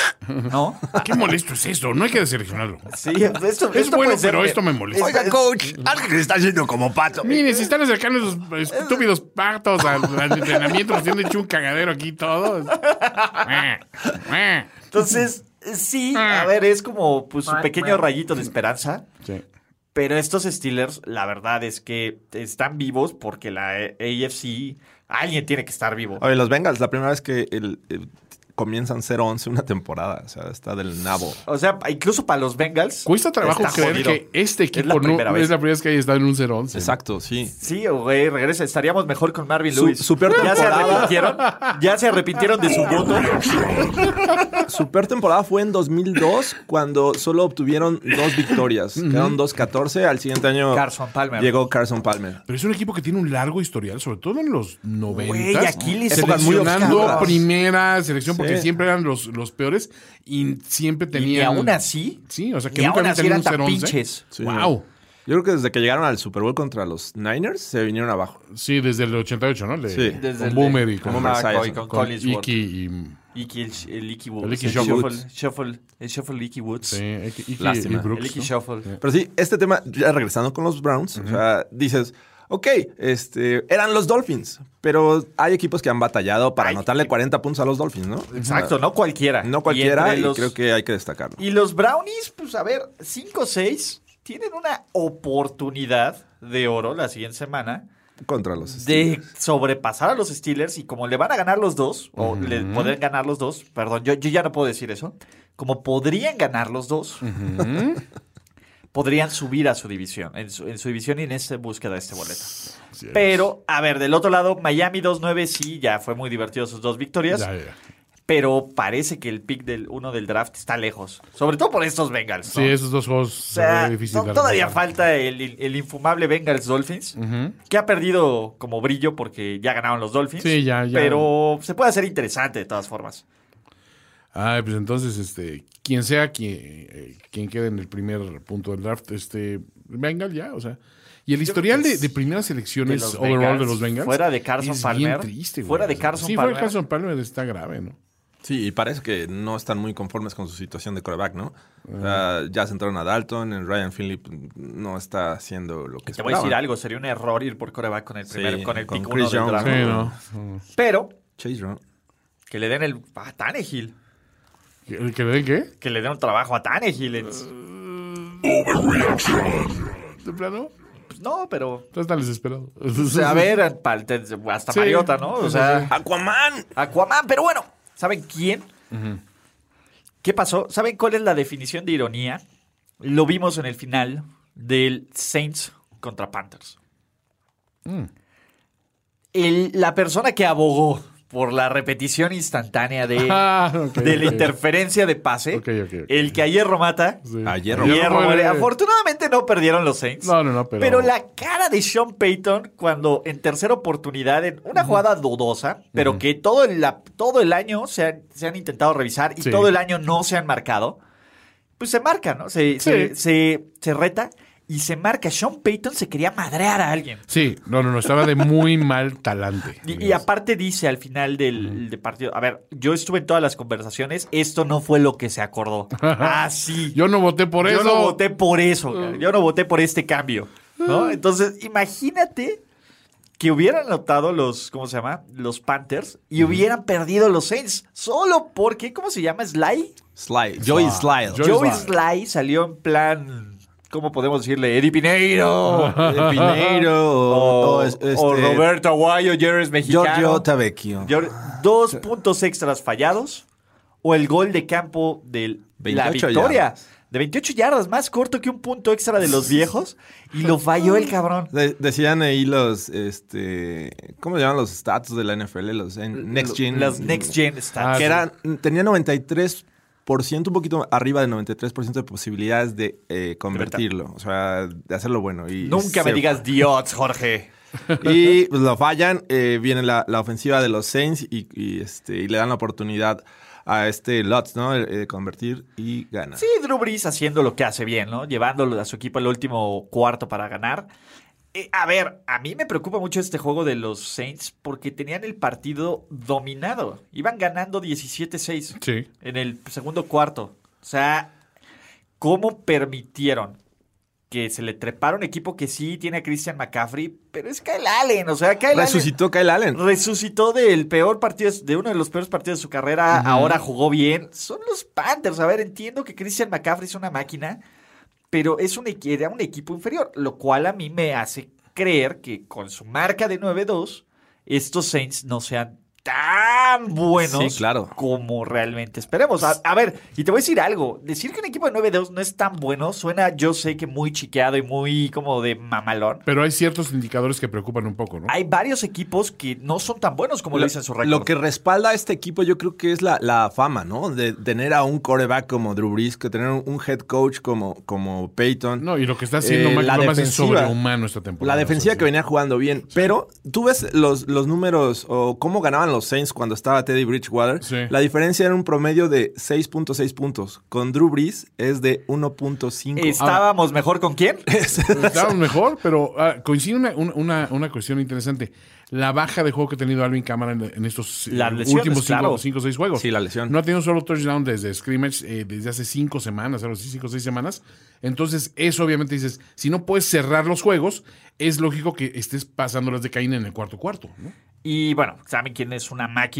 ¿No? Qué molesto es esto, no hay que deseleccionarlo. Sí, esto, Es esto bueno, puede ser- pero esto me molesta. Oiga, coach, alguien está haciendo como pato. Mire, si están acercando esos estúpidos patos al, al entrenamiento, nos tienen hecho un cagadero aquí todos. Entonces, sí, a ver, es como pues, un pequeño rayito de esperanza. Sí. Pero estos Steelers, la verdad es que están vivos porque la A F C, alguien tiene que estar vivo. Oye, los Bengals, la primera vez que el, el- comienzan cero once una temporada. O sea, está del nabo. O sea, incluso para los Bengals. Cuesta trabajo está creer jodido. que este Es la equipo no primera vez. es la primera vez que haya estado en un cero once. Exacto, sí. Sí, güey, regresa. Estaríamos mejor con Marvin Su- Lewis. su peor ¿Ya se temporada. arrepintieron? ¿Ya se arrepintieron de su voto? Su peor temporada fue en dos mil dos, cuando solo obtuvieron dos victorias. Quedaron dos catorce. Al siguiente año Carson Palmer. llegó Carson Palmer. Pero es un equipo que tiene un largo historial, sobre todo en los noventas. Güey, aquí les Épocas muy seleccionando oscuras. primera selección, porque Sí. siempre eran los, los peores y siempre Y, tenían. y aún así. Sí, o sea, que y nunca aún habían así tenido eran un tan cero once. pinches. Sí. Wow. Yo creo que desde que llegaron al Super Bowl contra los Niners, se vinieron abajo. Sí, desde el ochenta y ocho, ¿no? Le- Sí. Desde con el- Boomer y con, con Boomer Ajá, Esiason. con, con Collinsworth. Iki y. Iki, el, el Iki Woods. El Iki El Shuffle. Shuffle. Shuffle. El Shuffle Iki Woods. Sí, Iki, Iki Lástima. y Brooks, El Iki ¿no? Shuffle. Pero sí, este tema, ya regresando con los Browns, o sea, dices, ok, este, eran los Dolphins, pero hay equipos que han batallado para Ay, anotarle eh, cuarenta puntos a los Dolphins, ¿no? Exacto, no cualquiera. No cualquiera, entre y, los- creo que hay que destacarlo. Y los Brownies, pues a ver, cinco seis tienen una oportunidad de oro la siguiente semana Contra los de Steelers. sobrepasar a los Steelers y como le van a ganar los dos, o le podrían ganar los dos, perdón, yo, yo ya no puedo decir eso, como podrían ganar los dos, podrían subir a su división, en su, en su división y en esta búsqueda de este boleto. Sí, Pero, a ver, del otro lado, Miami dos nueve sí, ya fue muy divertido sus dos victorias. Ya, ya. Pero parece que el pick del uno del draft está lejos. Sobre todo por estos Bengals, ¿no? Sí, esos dos juegos O sea, se ve difícil. to- de todavía alcanzar. falta el, el- el infumable Bengals Dolphins, que ha perdido como brillo porque ya ganaron los Dolphins. Sí, ya, ya. Pero se puede hacer interesante de todas formas. Ay, pues entonces, este, quien sea quien, eh, quien quede en el primer punto del draft, este, Bengal ya, o sea. Y el historial de, de primeras De selecciones los overall Bengals, de los Bengals. fuera de Carson es Palmer, bien triste, güey. fuera de O sea, Carson sí, fuera Palmer. de Carson Palmer está grave, ¿no? Sí, y parece que no están muy conformes con su situación de quarterback, ¿no? O sea, ya se entraron a Dalton, en Ryan Finley no está haciendo lo que Te voy a decir esperaban. algo, sería un error ir por coreback con el primer, Sí, con el con pick Chris uno del Jones. draft. Sí, no. Pero Chase Young. que le den el a Tannehill. ¿Que, que le den qué? Que le den un trabajo a Tannehill. en- ¿De plano? Pues no, pero... Estás tan desesperado. o sea, a ver, pal- te- hasta Sí, Mariota, ¿no? O sí, sea, sí. ¡Aquaman! Aquaman. Pero bueno, ¿saben quién? ¿Qué pasó? ¿Saben cuál es la definición de ironía? Lo vimos en el final del Saints contra Panthers. El- la persona que abogó por la repetición instantánea de, Ah, ok, de la ok. interferencia de pase, Ok, ok, ok. el que a hierro mata, Sí. A hierro. hierro Hierro muere. muere. Afortunadamente no perdieron los Saints. No, no, no, pero... Pero la cara de Sean Payton cuando en tercera oportunidad, en una jugada dudosa, pero que todo el, la- todo el año se han, se han intentado revisar y Sí. todo el año no se han marcado, pues se marca, ¿no? Se, se, Sí. se, se reta y se marca. Sean Payton se quería madrear a alguien. Sí, no, no, no, estaba de muy mal talante. Y, y aparte dice al final del, del partido, a ver, yo estuve en todas las conversaciones, esto no fue lo que se acordó. Ah, sí. Yo no voté por Yo eso. no voté por eso, cara. Yo no voté por este cambio, ¿no? Entonces, imagínate que hubieran notado los, ¿cómo se llama? Los Panthers y hubieran perdido los Saints solo porque, ¿cómo se llama? ¿Sly? Sly. Joey Sly. Joey Joey Sly. Sly salió en plan, ¿cómo podemos decirle? Eddie Pineiro. De Pineiro o, o, o es- este, o Roberto Aguayo, Jerez mexicano. Giorgio Tavecchio. Gior- Dos puntos extras fallados o el gol de campo de la veintiocho victoria. yardas. De veintiocho yardas, más corto que un punto extra de los viejos. Y lo falló el cabrón. De- decían ahí los, este, ¿cómo se llaman los stats de la N F L? Los en- Next Gen. Las Next Gen Stats. Ah, que sí. eran, tenía noventa y tres por ciento, un poquito arriba del noventa y tres por ciento de posibilidades de eh, convertirlo. O sea, de hacerlo bueno. Y Nunca me se- digas the odds, Jorge. Y pues, lo fallan. eh, viene la, la ofensiva de los Saints y, y, este, y le dan la oportunidad a este Lutz, ¿no? Eh, De convertir y gana. Sí, Drew Brees haciendo lo que hace bien, ¿no? Llevándolo a su equipo al último cuarto para ganar. Eh, a ver, a mí me preocupa mucho este juego de los Saints porque tenían el partido dominado. Iban ganando diecisiete seis Sí. en el segundo cuarto. O sea, ¿cómo permitieron que se le trepara un equipo que sí tiene a Christian McCaffrey? Pero es Kyle Allen, o sea, Kyle Resucitó Kyle Allen. Allen resucitó del peor partido, de uno de los peores partidos de su carrera, ahora jugó bien. Son los Panthers, a ver, entiendo que Christian McCaffrey es una máquina, pero es un, equi- era un equipo inferior, lo cual a mí me hace creer que con su marca de nueve dos, estos Saints no sean tan buenos Sí, claro. como realmente esperemos. A, a ver, y te voy a decir algo. Decir que un equipo de nueve dos no es tan bueno suena, yo sé que muy chiqueado y muy como de mamalón. Pero hay ciertos indicadores que preocupan un poco, ¿no? Hay varios equipos que no son tan buenos como lo, Lo, dicen su récord. lo que respalda a este equipo yo creo que es la, la fama, ¿no? De tener a un quarterback como Drew Brees, que tener un, un head coach como, como Peyton. No, y lo que está haciendo Eh, Mac la Jones es defensiva. sobrehumano esta temporada. La defensiva o sea, que venía jugando bien. Pero tú ves los, los números o cómo ganaban los Saints cuando estaba Teddy Bridgewater. Sí. La diferencia era un promedio de seis punto seis puntos. Con Drew Brees es de uno punto cinco. ¿Estábamos mejor con quién? Estábamos mejor, pero ah, coincide una, una, una cuestión interesante. La baja de juego que ha tenido Alvin Kamara en, en estos eh, Las lesiones, últimos cinco, claro. cinco o seis juegos. Sí, la lesión. No ha tenido un solo touchdown desde scrimmage eh, desde hace cinco semanas, algo así, cinco o seis semanas. Entonces, eso obviamente dices, si no puedes cerrar los juegos, es lógico que estés pasándolas de Caín en el cuarto cuarto, ¿no? Y bueno, ¿saben quién es una máquina?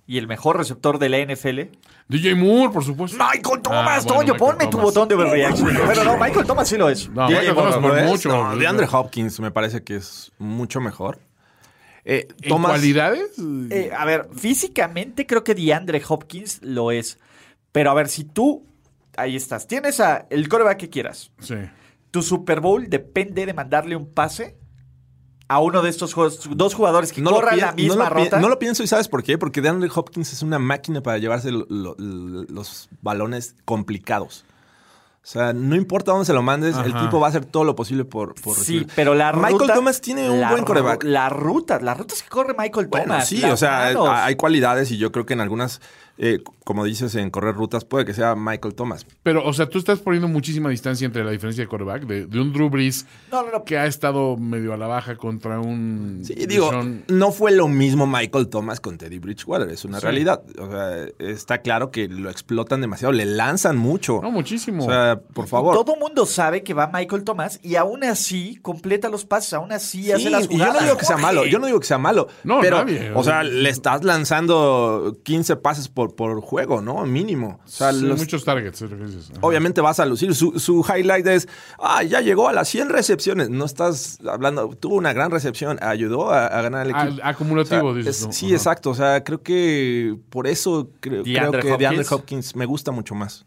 y el mejor receptor de la N F L. D J Moore, por supuesto. Michael Thomas, Ah, bueno, Toño, Michael ponme tu Thomas. botón de overreaction. Pero no, Michael Thomas sí lo es. No, D J Michael Moore, Thomas ¿no? por ¿Lo es? mucho. No, DeAndre Hopkins me parece que es mucho mejor. Eh, ¿En Thomas, cualidades? Eh, a ver, físicamente creo que DeAndre Hopkins lo es. Pero a ver, si tú, ahí estás, tienes a el quarterback que quieras. Sí. Tu Super Bowl depende de mandarle un pase a uno de estos juegos, dos jugadores que no lo, corran pi- la misma no, lo pi- ruta. no lo pienso y ¿sabes por qué? Porque DeAndre Hopkins es una máquina para llevarse lo- lo- lo- los balones complicados. O sea, no importa dónde se lo mandes, el Ajá. tipo va a hacer todo lo posible por, por Sí, recibir. pero la ruta... Michael Thomas tiene un la buen ru- quarterback. La ruta, las rutas que corre Michael Bueno, Thomas. sí, las o sea, manos. hay cualidades y yo creo que en algunas, eh, como dices, en correr rutas puede que sea Michael Thomas. Pero, o sea, tú estás poniendo muchísima distancia entre la diferencia de quarterback de, de un Drew Brees No, no, no. que ha estado medio a la baja contra un... Sí, digo, Deshaun- no fue lo mismo Michael Thomas con Teddy Bridgewater, es una Sí. realidad. O sea, está claro que lo explotan demasiado, le lanzan mucho. No, muchísimo. O sea, por favor. Todo mundo sabe que va Michael Thomas y aún así completa los pases, aún así Sí, hace las y yo jugadas. no digo que sea malo, yo no digo que sea malo. No, pero, nadie. o sea, le estás lanzando quince pases por, por juego, ¿no? Mínimo. O sea, Sí, los- muchos targets. es lo que dices. Ajá. obviamente vas a lucir. Su, su highlight es, ah, ya llegó a las cien recepciones. No estás hablando, tuvo una gran recepción, ayudó a, a ganar el Al- equipo. acumulativo, O sea, dices es- tú. Sí, Ajá. exacto. O sea, creo que por eso creo, creo DeAndre que DeAndre Hopkins. Hopkins me gusta mucho más.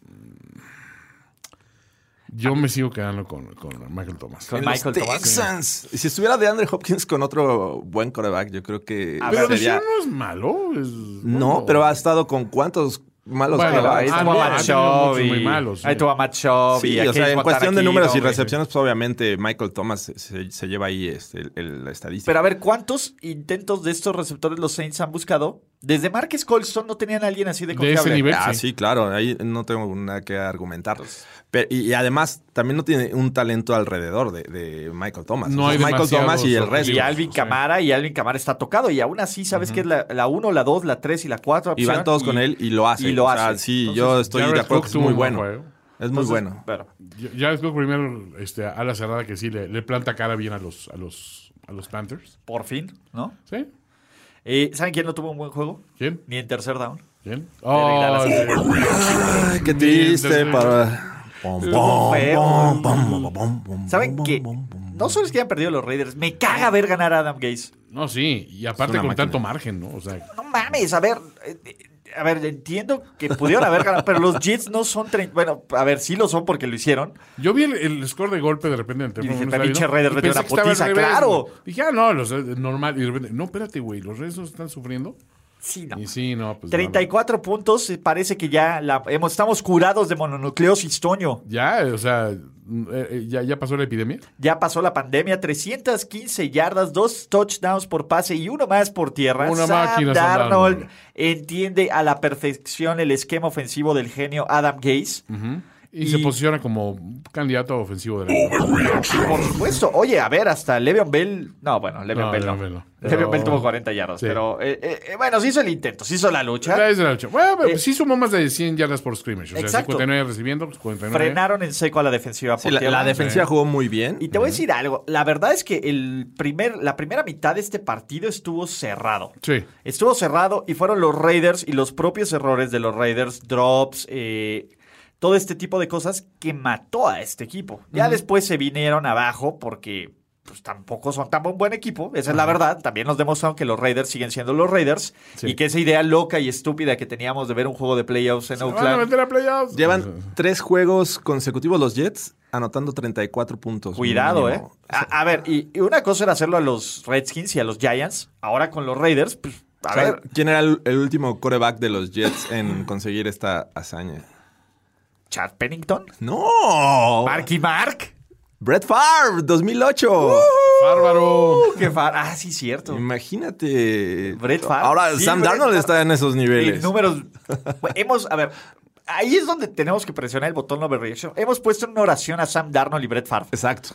Yo me sigo quedando con, con Michael Thomas. Con En Michael los Thomas. Texans. Si estuviera DeAndre Hopkins con otro buen quarterback, yo creo que A Pero ver, sería... Deshaun no es malo. es- No, bueno. pero ha estado con cuántos malos Bueno, quarterbacks. Ahí Ah, tuvo no, a ha Matt tenido Schaub muchos y- muy malos, sí. Ahí tuvo a Matt Schaub Sí, y a o sea, Case en cuestión de Montana números y Kiddo, recepciones, pues obviamente Michael Thomas se, se- se lleva ahí este, el- el- la estadística. Pero a ver, ¿cuántos intentos de estos receptores los Saints han buscado? Desde Marcus Colston no tenían a alguien así de De confiable. ese nivel. Ah, sí. sí, claro, ahí no tengo nada que argumentar. Pero- y, y además, también no tiene un talento alrededor de, de Michael Thomas. No O sea, hay es Michael demasiados Thomas y el objetivos. resto. Y Alvin Sí. Kamara, y Alvin Kamara está tocado. Y aún así, sabes que es la uno, la dos, la tres y la cuatro. Y van todos con él y lo hacen. Y lo O sea, hacen. sí, Entonces, yo estoy Jared de acuerdo Cook que es tuvo muy un buen bueno. juego. Es muy Entonces, bueno. pero- Ya- Ya después primero este, a la cerrada que sí le, le planta cara bien a los, a los, a los Panthers. por fin, ¿no? ¿Sí? Eh, ¿Saben quién no tuvo un buen juego? ¿Quién? Ni en tercer down. ¿Quién? Dallas. Oh, sí. Ay, qué triste para... Pom, Estuvo feo. pom, pom, pom, pom, ¿Saben pom, qué? pom, pom, No solo es que hayan perdido los Raiders, me caga ver ganar a Adam Gase. No, sí. Y aparte una con máquina. tanto margen, ¿no? O sea, No mames, a ver, eh, eh, a ver, entiendo que pudieron haber ganado, pero los Jets no son treinta. Bueno, a ver, sí lo son porque lo hicieron. yo vi el, el score de golpe de repente en el teléfono. dije, no pinche sabía, Raiders y metió pensé una que estaba al putiza, revés, claro. güey. Dije, ah, no, los, eh, normal. Y de repente, no, espérate, güey, los Raiders están sufriendo. Sí, no. Y sí, no, pues. treinta y cuatro puntos, eh, parece que ya la, hemos, estamos curados de mononucleosis, Toño. Ya, o sea, eh, eh, ya, ya pasó la epidemia. Ya pasó la pandemia, trescientas quince yardas, dos touchdowns por pase y uno más por tierra. Una Sam máquina, Sam Darnold Darnold. entiende a la perfección el esquema ofensivo del genio Adam Gase. Y, Y- se posiciona como candidato ofensivo de la Por supuesto. Oye, a ver, hasta Le'Veon Bell... No, bueno, Le'Veon No, Bell no. Le'Veon Bell no. Le'Veon Pero- Bell tuvo cuarenta yardas, Sí. pero... eh, eh, eh, bueno, se hizo el intento, se hizo la lucha. Ya es de la lucha. Bueno, pero Eh, sí sumó más de cien yardas por scrimmage. O sea, Exacto. cincuenta y nueve recibiendo, pues, cincuenta y nueve. Frenaron en seco a la defensiva por Sí, la, tierra. la defensiva Sí. jugó muy bien. Y te voy a decir algo. La verdad es que el primer, la primera mitad de este partido estuvo cerrado. Sí. Estuvo cerrado y fueron los Raiders y los propios errores de los Raiders, drops, eh, todo este tipo de cosas que mató a este equipo. Ya después se vinieron abajo porque pues tampoco son tan buen, buen equipo, esa es la verdad. También nos demostraron que los Raiders siguen siendo los Raiders Sí. y que esa idea loca y estúpida que teníamos de ver un juego de playoffs en Se van a Oakland. meter a playoffs. Llevan tres juegos consecutivos los Jets anotando treinta y cuatro puntos. Cuidado, ¿eh? mínimo. A, a ver, y, y una cosa era hacerlo a los Redskins y a los Giants. Ahora con los Raiders, pues, a ¿Sabes ver, ¿Quién era el, el último quarterback de los Jets en conseguir esta hazaña? Chad Pennington, ¡No! Marky Mark. Brett Favre, dos mil ocho. Bárbaro. Qué fa- ah, sí, cierto. Imagínate. Brett Favre. Ahora Sí, Sam Brett Darnold Favre. está en esos Y niveles. números. Bueno, hemos, a ver, ahí es donde tenemos que presionar el botón overreaction. Hemos puesto en una oración a Sam Darnold y Brett Favre. Exacto.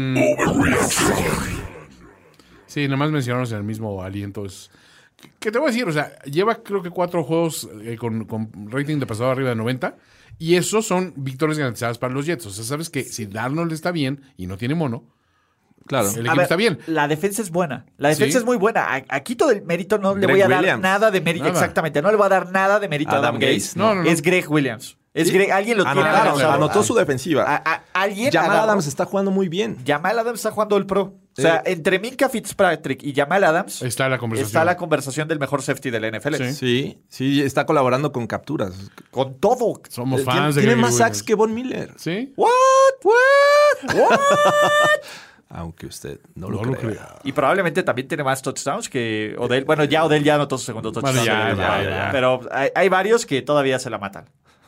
Sí, nada más mencionarnos en el mismo aliento. Es... ¿Qué te voy a decir? O sea, lleva creo que cuatro juegos eh, con, con rating de pasado arriba de noventa. Y esos son victorias garantizadas para los Jets. O sea, sabes que si Darnold está bien y no tiene mono, Claro. El A equipo ver, está bien. La defensa es buena. La defensa Sí. es muy buena. A- Aquí todo el mérito no le Greg voy a dar Williams. nada de mérito. Nada. Exactamente. No le voy a dar nada de mérito a Adam Adam Gaze. Gaze, no. No, no, no. Es Greg Williams. Es Sí. Greg, alguien lo tiene Anotaron, analizado. anotó su defensiva. A- a- alguien Jamal agarró- Adams está jugando muy bien. Jamal Adams está jugando el pro. O sea, Eh. entre Minka Fitzpatrick y Jamal Adams Está la conversación. está la conversación del mejor safety de la N F L. Sí. Sí, sí, está colaborando con capturas. Con todo. Somos Eh, Tiene, fans de tiene Gregory más sacks Williams. que Von Miller. ¿Sí? What? What? What? Aunque usted no lo No lo crea. crea. Y probablemente también tiene más touchdowns que Odell. Bueno, ya Odell ya anotó su segundo touchdown. Bueno, ya, Pero- ya, ya. Pero hay, hay varios que todavía se la matan.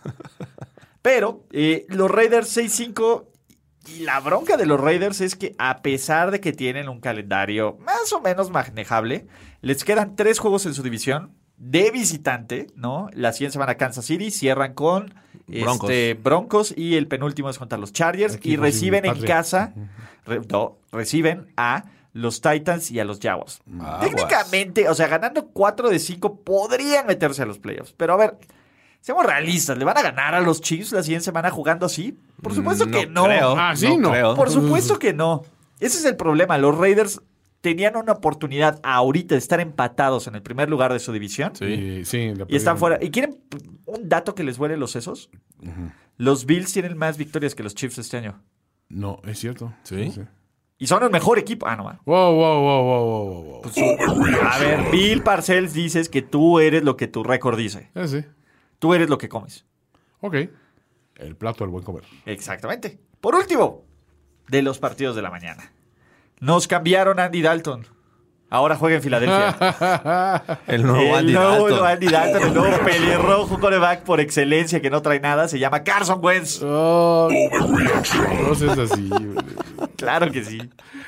Pero eh, los Raiders seis cinco. Y la bronca de los Raiders es que a pesar de que tienen un calendario más o menos manejable, les quedan tres juegos en su división de visitante, ¿no? La siguiente semana Kansas City, cierran con Broncos. este, Broncos y el penúltimo es contra los Chargers y Equipo reciben sin en patria. casa, re- no, reciben a los Titans y a los Jaguars. Aguas. Técnicamente, o sea, ganando cuatro de cinco podrían meterse a los playoffs, pero a ver, seamos realistas, ¿le van a ganar a los Chiefs la siguiente semana jugando así? Por supuesto que no. creo, Ah, sí, no. creo. Por supuesto que no. Ese es el problema. Los Raiders tenían una oportunidad ahorita de estar empatados en el primer lugar de su división Sí, sí. la y están perdieron. fuera. ¿Y quieren un dato que les vuele los sesos? Los Bills tienen más victorias que los Chiefs este año. No, es cierto. ¿Sí? Y son el mejor equipo. Ah, no, man. Wow, wow, wow, wow, wow, wow, wow. Pues, a ver, Bill Parcells dices que tú eres lo que tu récord dice. Eh, sí. Tú eres lo que comes. Ok. El plato del buen comer. Exactamente. Por último, de los partidos de la mañana. Nos cambiaron a Andy Dalton. Ahora juega en Filadelfia. El nuevo el Andy nuevo Dalton. Andy Dalton, el nuevo pelirrojo quarterback por excelencia que no trae nada, se llama Carson Wentz. Oh, no seas así. güey. Claro que sí.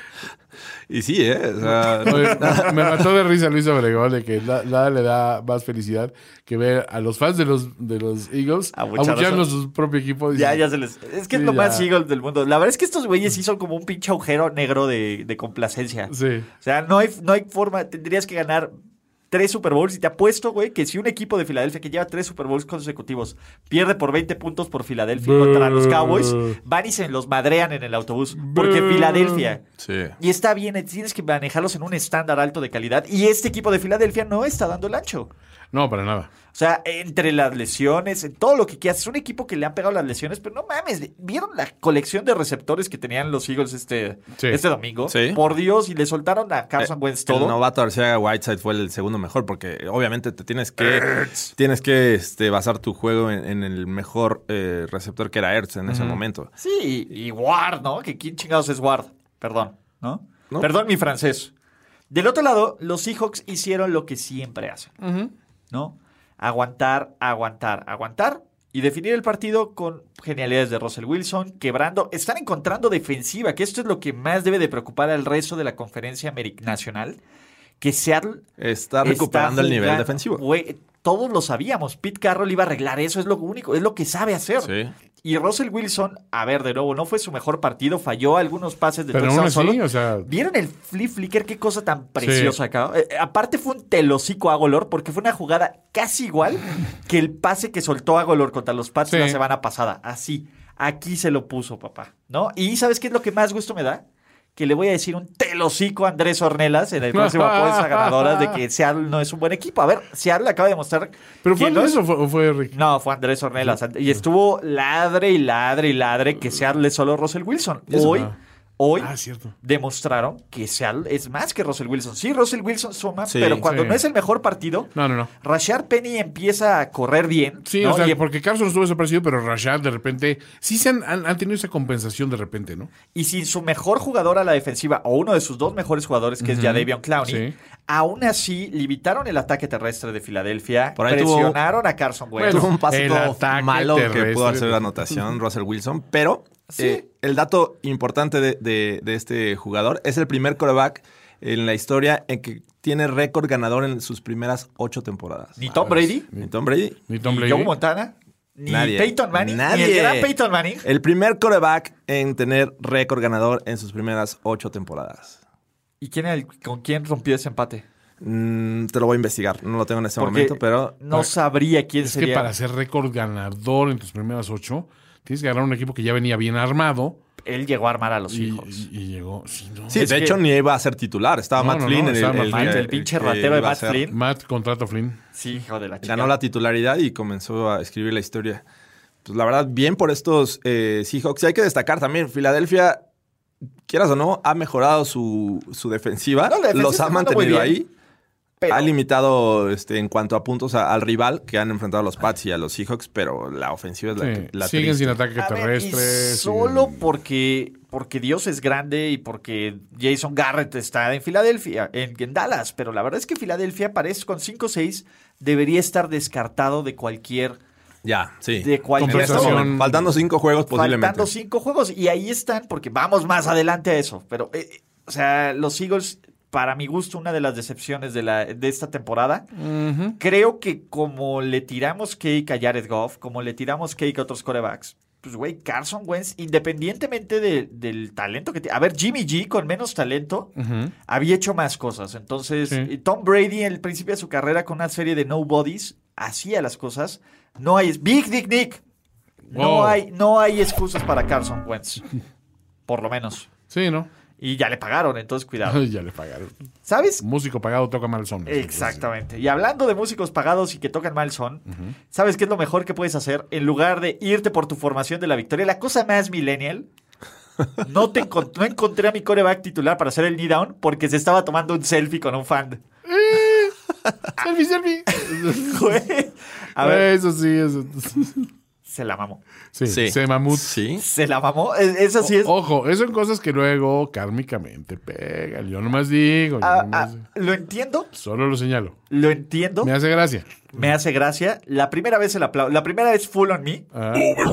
Y sí, ¿eh? O sea, Oye, me mató de risa Luis Obregón de que na- nada le da más felicidad que ver a los fans de los, de los Eagles Abuchando abuchando a su- su propio equipo. Ya, Dices, ya se les. Es que es Sí, lo ya. más Eagle del mundo. La verdad es que estos güeyes sí son como un pinche agujero negro de, de complacencia. Sí. O sea, no hay, no hay forma. Tendrías que ganar tres Super Bowls. Y te apuesto, güey, que si un equipo de Filadelfia que lleva tres Super Bowls consecutivos pierde por veinte puntos por Filadelfia Boo. contra los Cowboys, van y se los madrean en el autobús. Porque Boo. Filadelfia. sí. Y está bien, tienes que manejarlos en un estándar alto de calidad. Y este equipo de Filadelfia no está dando el ancho. No, para nada. O sea, entre las lesiones, en todo lo que quieras. Es un equipo que le han pegado las lesiones, pero no mames. ¿Vieron la colección de receptores que tenían los Eagles este, Sí. este domingo? Sí. Por Dios, y le soltaron a Carson Wentz El todo. novato Arcega Whiteside fue el segundo mejor porque obviamente te tienes que tienes que este, basar tu juego en, en el mejor eh, receptor que era Ertz en ese momento. Sí, y Ward, ¿no? Que quién chingados es Ward. Perdón, ¿no? ¿No? Perdón mi francés. Del otro lado, los Seahawks hicieron lo que siempre hacen, ¿no? Aguantar, aguantar, aguantar y definir el partido con genialidades de Russell Wilson, quebrando, están encontrando defensiva, que esto es lo que más debe de preocupar al resto de la conferencia ameri- nacional, que Seattle Está recuperando el nivel jugando- defensivo. Güey, todos lo sabíamos, Pete Carroll iba a arreglar eso, es lo único, es lo que sabe hacer. Sí. Y Russell Wilson, a ver, de nuevo, no fue su mejor partido, falló algunos pases de Pero touchdown aún así, solo. o sea, ¿Vieron el flip flicker? Qué cosa tan preciosa acá. Eh, aparte fue un telocico a Agolor porque fue una jugada casi igual que el pase que soltó Agolor contra los Pats Sí. la semana pasada. Así. Aquí se lo puso, papá. ¿No? Y ¿sabes qué es lo que más gusto me da? Que le voy a decir un telocico a Andrés Ornelas en el próximo apuesta ganadoras de que Seattle no es un buen equipo. A ver, Seattle acaba de demostrar. ¿pero fue que no Andrés es- o fue, o fue Rick? No, fue Andrés Ornelas. Y estuvo ladre y ladre y ladre que Seattle es solo Russell Wilson. Eso. Hoy, Ah. hoy Ah, cierto. demostraron que Seattle es más que Russell Wilson. Sí, Russell Wilson suma, Sí, pero cuando sí. no es el mejor partido, No, no, no. Rashard Penny empieza a correr bien. Sí, ¿no? o sea, y, porque Carson estuvo desaparecido, pero Rashad de repente sí se han, han- han tenido esa compensación de repente, ¿no? y sin su mejor jugador a la defensiva, o uno de sus dos mejores jugadores, que es Jadeveon Clowney, Sí. aún así limitaron el ataque terrestre de Filadelfia, Por ahí tuvo- presionaron a Carson Wentz. Bueno, Tuvo un pase el todo ataque malo que terrestre. pudo hacer la anotación Russell Wilson, pero Sí. eh, el dato importante de, de- de este jugador es el primer quarterback en la historia en que tiene récord ganador en sus primeras ocho temporadas. Ni Tom Brady, Ni Tom Brady. Ni Tom ni Brady. Joe Montana, ni Nadie. Peyton Manning, Nadie. ni el gran Peyton Manning. El primer quarterback en tener récord ganador en sus primeras ocho temporadas. ¿Y quién era el- con quién rompió ese empate? Mm, te lo voy a investigar. No lo tengo en este Porque momento, pero no sabría quién Es sería. que para ser récord ganador en tus primeras ocho, tienes que ganar un equipo que ya venía bien armado. él llegó a armar a los Y, Seahawks. y- y llegó. Sí, no. Sí, Es de que- hecho ni iba a ser titular. Estaba No, Matt no, Flynn. no, en estaba el, Matt Flynn, el pinche que ratero de iba a Matt ser. Flynn. Matt, contrato Flynn. Sí, hijo de la chica. Ganó la titularidad y comenzó a escribir la historia. Pues la verdad, bien por estos eh, Seahawks. Y hay que destacar también, Filadelfia, quieras o no, ha mejorado su, su defensiva. No, la defensiva Los está ha jugando muy mantenido bien, ahí. pero- Ha limitado este, en cuanto a puntos a- al rival que han enfrentado a los Pats y a los Seahawks, pero la ofensiva es la, Sí, que- la siguen triste. sin ataque A ver, terrestre. y solo siguen- porque, porque Dios es grande y porque Jason Garrett está en Filadelfia, en, en Dallas. Pero la verdad es que Filadelfia parece con cinco seis debería estar descartado de cualquier... Ya, sí. De cualquier En este Conversación- momento, faltando cinco juegos posiblemente. Faltando cinco juegos. Y ahí están, porque vamos más adelante a eso. Pero, eh, eh, o sea, los Eagles, para mi gusto, una de las decepciones de, la, de esta temporada. Creo que como le tiramos cake a Jared Goff, como le tiramos cake a otros quarterbacks, pues, güey, Carson Wentz, independientemente de- del talento que tiene. A ver, Jimmy G, con menos talento, había hecho más cosas. Entonces, Sí. y Tom Brady, en el principio de su carrera, con una serie de nobodies, hacía las cosas. No hay... Big Dick Nick. No, Wow. hay, no hay excusas para Carson Wentz. Por lo menos. Sí, ¿no? Y ya le pagaron, entonces cuidado. ya le pagaron. ¿Sabes? Músico pagado toca mal son. Exactamente. Y hablando de músicos pagados y que tocan mal son, ¿sabes qué es lo mejor que puedes hacer? En lugar de irte por tu formación de la victoria, la cosa más millennial, no, te encont- no encontré a mi coreback titular para hacer el knee down porque se estaba tomando un selfie con un fan. Selfie, selfie. Güey. A ver, Eso sí, eso. se la mamó. Sí, Sí. se mamut. Sí. Se la mamó. Es- Eso sí es... Ojo, eso son cosas que luego kármicamente pegan. Yo nomás digo. yo Ah, nomás- ah, lo entiendo, Solo lo señalo. lo entiendo. Me hace gracia. Me hace gracia. La primera vez el aplauso. La primera es full on me. Ah,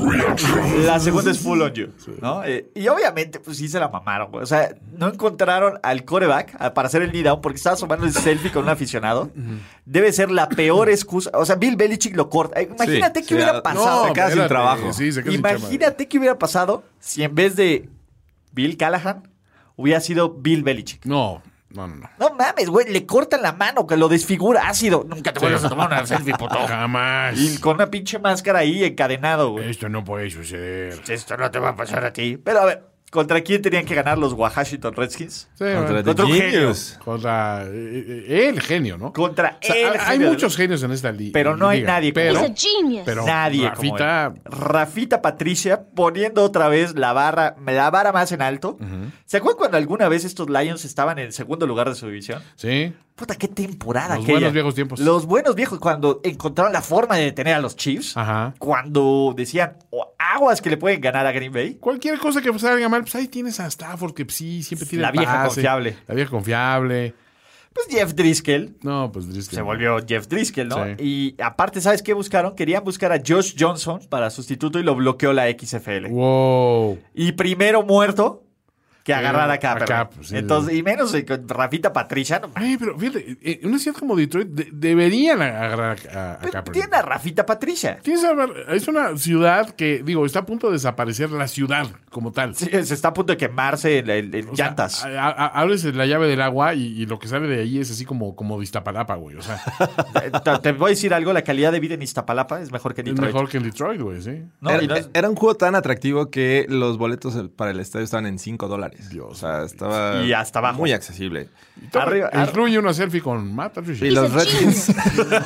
La segunda es full on you. ¿No? Eh, y obviamente, pues sí se la mamaron, güey. O sea, no encontraron al quarterback a- para hacer el knee down porque estaba tomando el selfie con un aficionado. Debe ser la peor excusa. O sea, Bill Belichick lo corta. Eh, Imagínate Sí, qué sí, hubiera ah, pasado. se queda sin espérate, trabajo. Sí, se queda sin chamba. Imagínate qué hubiera pasado si en vez de Bill Callahan hubiera sido Bill Belichick. No, no, no, no. No mames, güey, le cortan la mano, que lo desfigura ácido. Nunca te vuelvas a tomar una selfie, puto. Jamás. Y con una pinche máscara ahí encadenado, güey. Esto no puede suceder. Esto no te va a pasar a ti. Pero a ver, ¿contra quién tenían que ganar los Washington Redskins? Sí, Contra bueno. The Contra un genio. Genius. Contra eh, eh, el genio, ¿no? Contra O sea, el hay- hay genio. muchos genios en esta liga. Pero no hay nadie como Pero, él. He's a genius. pero Nadie Rafita, como él. Rafita Patricia poniendo otra vez la barra, la vara más en alto. ¿Se acuerdan cuando alguna vez estos Lions estaban en el segundo lugar de su división? sí. Puta, qué temporada Los aquella. buenos viejos tiempos. Los buenos viejos, cuando encontraron la forma de detener a los Chiefs. Ajá. Cuando decían, "Oh, aguas que le pueden ganar a Green Bay. Cualquier cosa que salga mal, pues ahí tienes a Stafford, que sí, siempre tiene La el vieja pase. confiable. La vieja confiable. Pues Jeff Driscoll. No, pues Driscoll. Se volvió Jeff Driscoll, ¿no? Sí. Y aparte, ¿sabes qué buscaron? Querían buscar a Josh Johnson para sustituto y lo bloqueó la X F L. Wow. Y primero muerto que agarrar a a Kaepernick. Cap, sí. Entonces, y menos eh, con Rafita Patricia. No, Ay, pero fíjate, en una ciudad como Detroit de- deberían agarrar a, a, a pero Kaepernick. tiene a Rafita Patricia. Tienes a ver, es una ciudad que, digo, está a punto de desaparecer la ciudad como tal. Sí, se está a punto de quemarse en, en- en O sea, llantas. a- a- abres la llave del agua y, y lo que sale de ahí es así como, como de Iztapalapa, güey. O sea, te, te voy a decir algo, la calidad de vida en Iztapalapa es mejor que en es Detroit. mejor que en Detroit, güey, sí. No, era, y no es- era un juego tan atractivo que los boletos para el estadio estaban en cinco dólares. Dios o sea, estaba Y hasta abajo. muy accesible. Toma, Arriba- ar- incluye una selfie con Matt Patricia. Y los Redskins.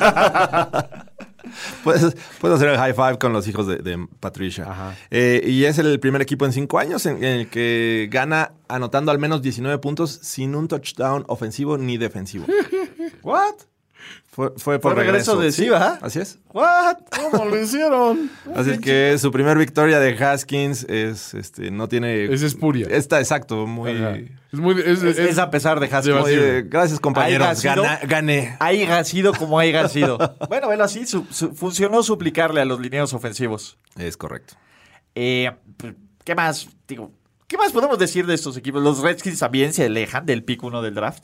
puedes, puedes hacer el high five con los hijos de, de Patricia. Ajá. Eh, y es el primer equipo en cinco años en, en el que gana anotando al menos diecinueve puntos sin un touchdown ofensivo ni defensivo. ¿What? Fue, fue por Fue regreso de Sí, Siva. Así es. ¿What? ¿Cómo lo hicieron? Así es que su primer victoria de Haskins es, este, no tiene... Es espuria. Está exacto, muy... Ajá. Es muy... Es, Es, es- es a pesar de Haskins. de muy vacío. de- gracias, compañeros. Haya sido- Gana- gané. Haya sido como haya sido. Bueno, velo así, su- su- funcionó suplicarle a los lineos ofensivos. Es correcto. Eh, pues, ¿Qué más? Digo, ¿qué más podemos decir de estos equipos? Los Redskins también se alejan del pick uno del draft.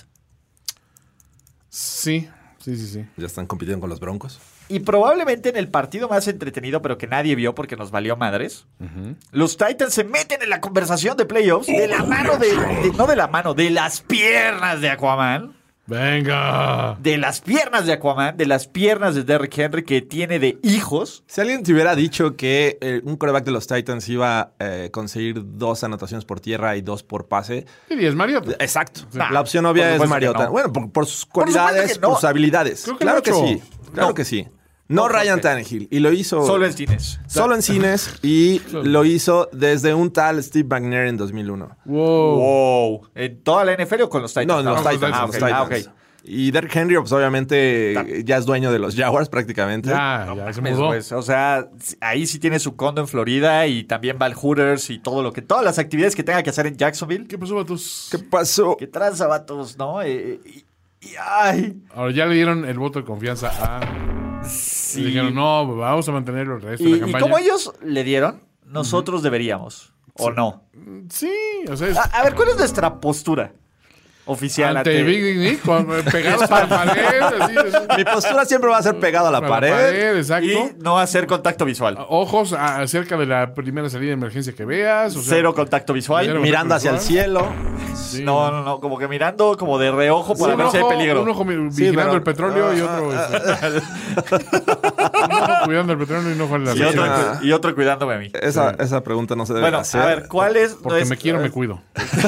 Sí, sí, sí, sí. Ya están compitiendo con los Broncos. Y probablemente en el partido más entretenido, pero que nadie vio porque nos valió madres, los Titans se meten en la conversación de playoffs de la mano de, de- no de la mano, de las piernas de Aquaman. Venga. De las piernas de Aquaman, de las piernas de Derrick Henry que tiene de hijos. Si alguien te hubiera dicho que eh, un quarterback de los Titans iba a eh, conseguir dos anotaciones por tierra y dos por pase. Y es Mariota. Exacto. Nah, la opción obvia por es supuesto Mariota. que no. Bueno, por, por sus Por supuesto cualidades, que no. por sus habilidades. Creo que claro lo que ha hecho. sí. Claro No. que sí. No No, Ryan Jorge. Tannehill. Y lo hizo... Solo en cines. Solo en cines. Y lo hizo desde un tal Steve McNair en dos mil uno. Wow. Wow. ¿En toda la N F L o con los Titans? No, en los Ah, Titans. los en los Titans. Ah, ok. Titans. Ah, ok. Y Derrick Henry, pues obviamente ya es dueño de los Jaguars prácticamente. Ya, ya se Pues, mudó. pues, o sea, ahí sí tiene su condo en Florida y también va al Hooters y todo lo que... Todas las actividades que tenga que hacer en Jacksonville. ¿Qué pasó, vatos? ¿Qué pasó? ¿Qué tranza, vatos, no? Eh, y, y- ay... Ahora ya le dieron el voto de confianza a... Sí. Y dijeron, no, vamos a mantenerlo el resto Y, de y la campaña. como ellos le dieron, nosotros deberíamos. ¿O no? Sí, o sea, es... A, a ver, ¿cuál es nuestra postura oficial? ante Big Dick Nick, con- pegados a la pared, así, así. Mi postura siempre va a ser pegado a la A pared. exacto. Y no hacer contacto visual. Ojos a- acerca de la primera salida de emergencia que veas. O sea, Cero contacto visual. Cero. Mirando hacia el cielo. sí. No, no, no, como que mirando como de reojo para un ver si hay ojo, peligro. un ojo mi- vigilando pero- el petróleo y otro... este, un ojo cuidando el petróleo y un ojo en la Y otro, Ah. y otro cuidándome a mí. Esa, esa pregunta no se debe Bueno, hacer. a ver, ¿cuál es Porque me nuestra- quiero, me cuido.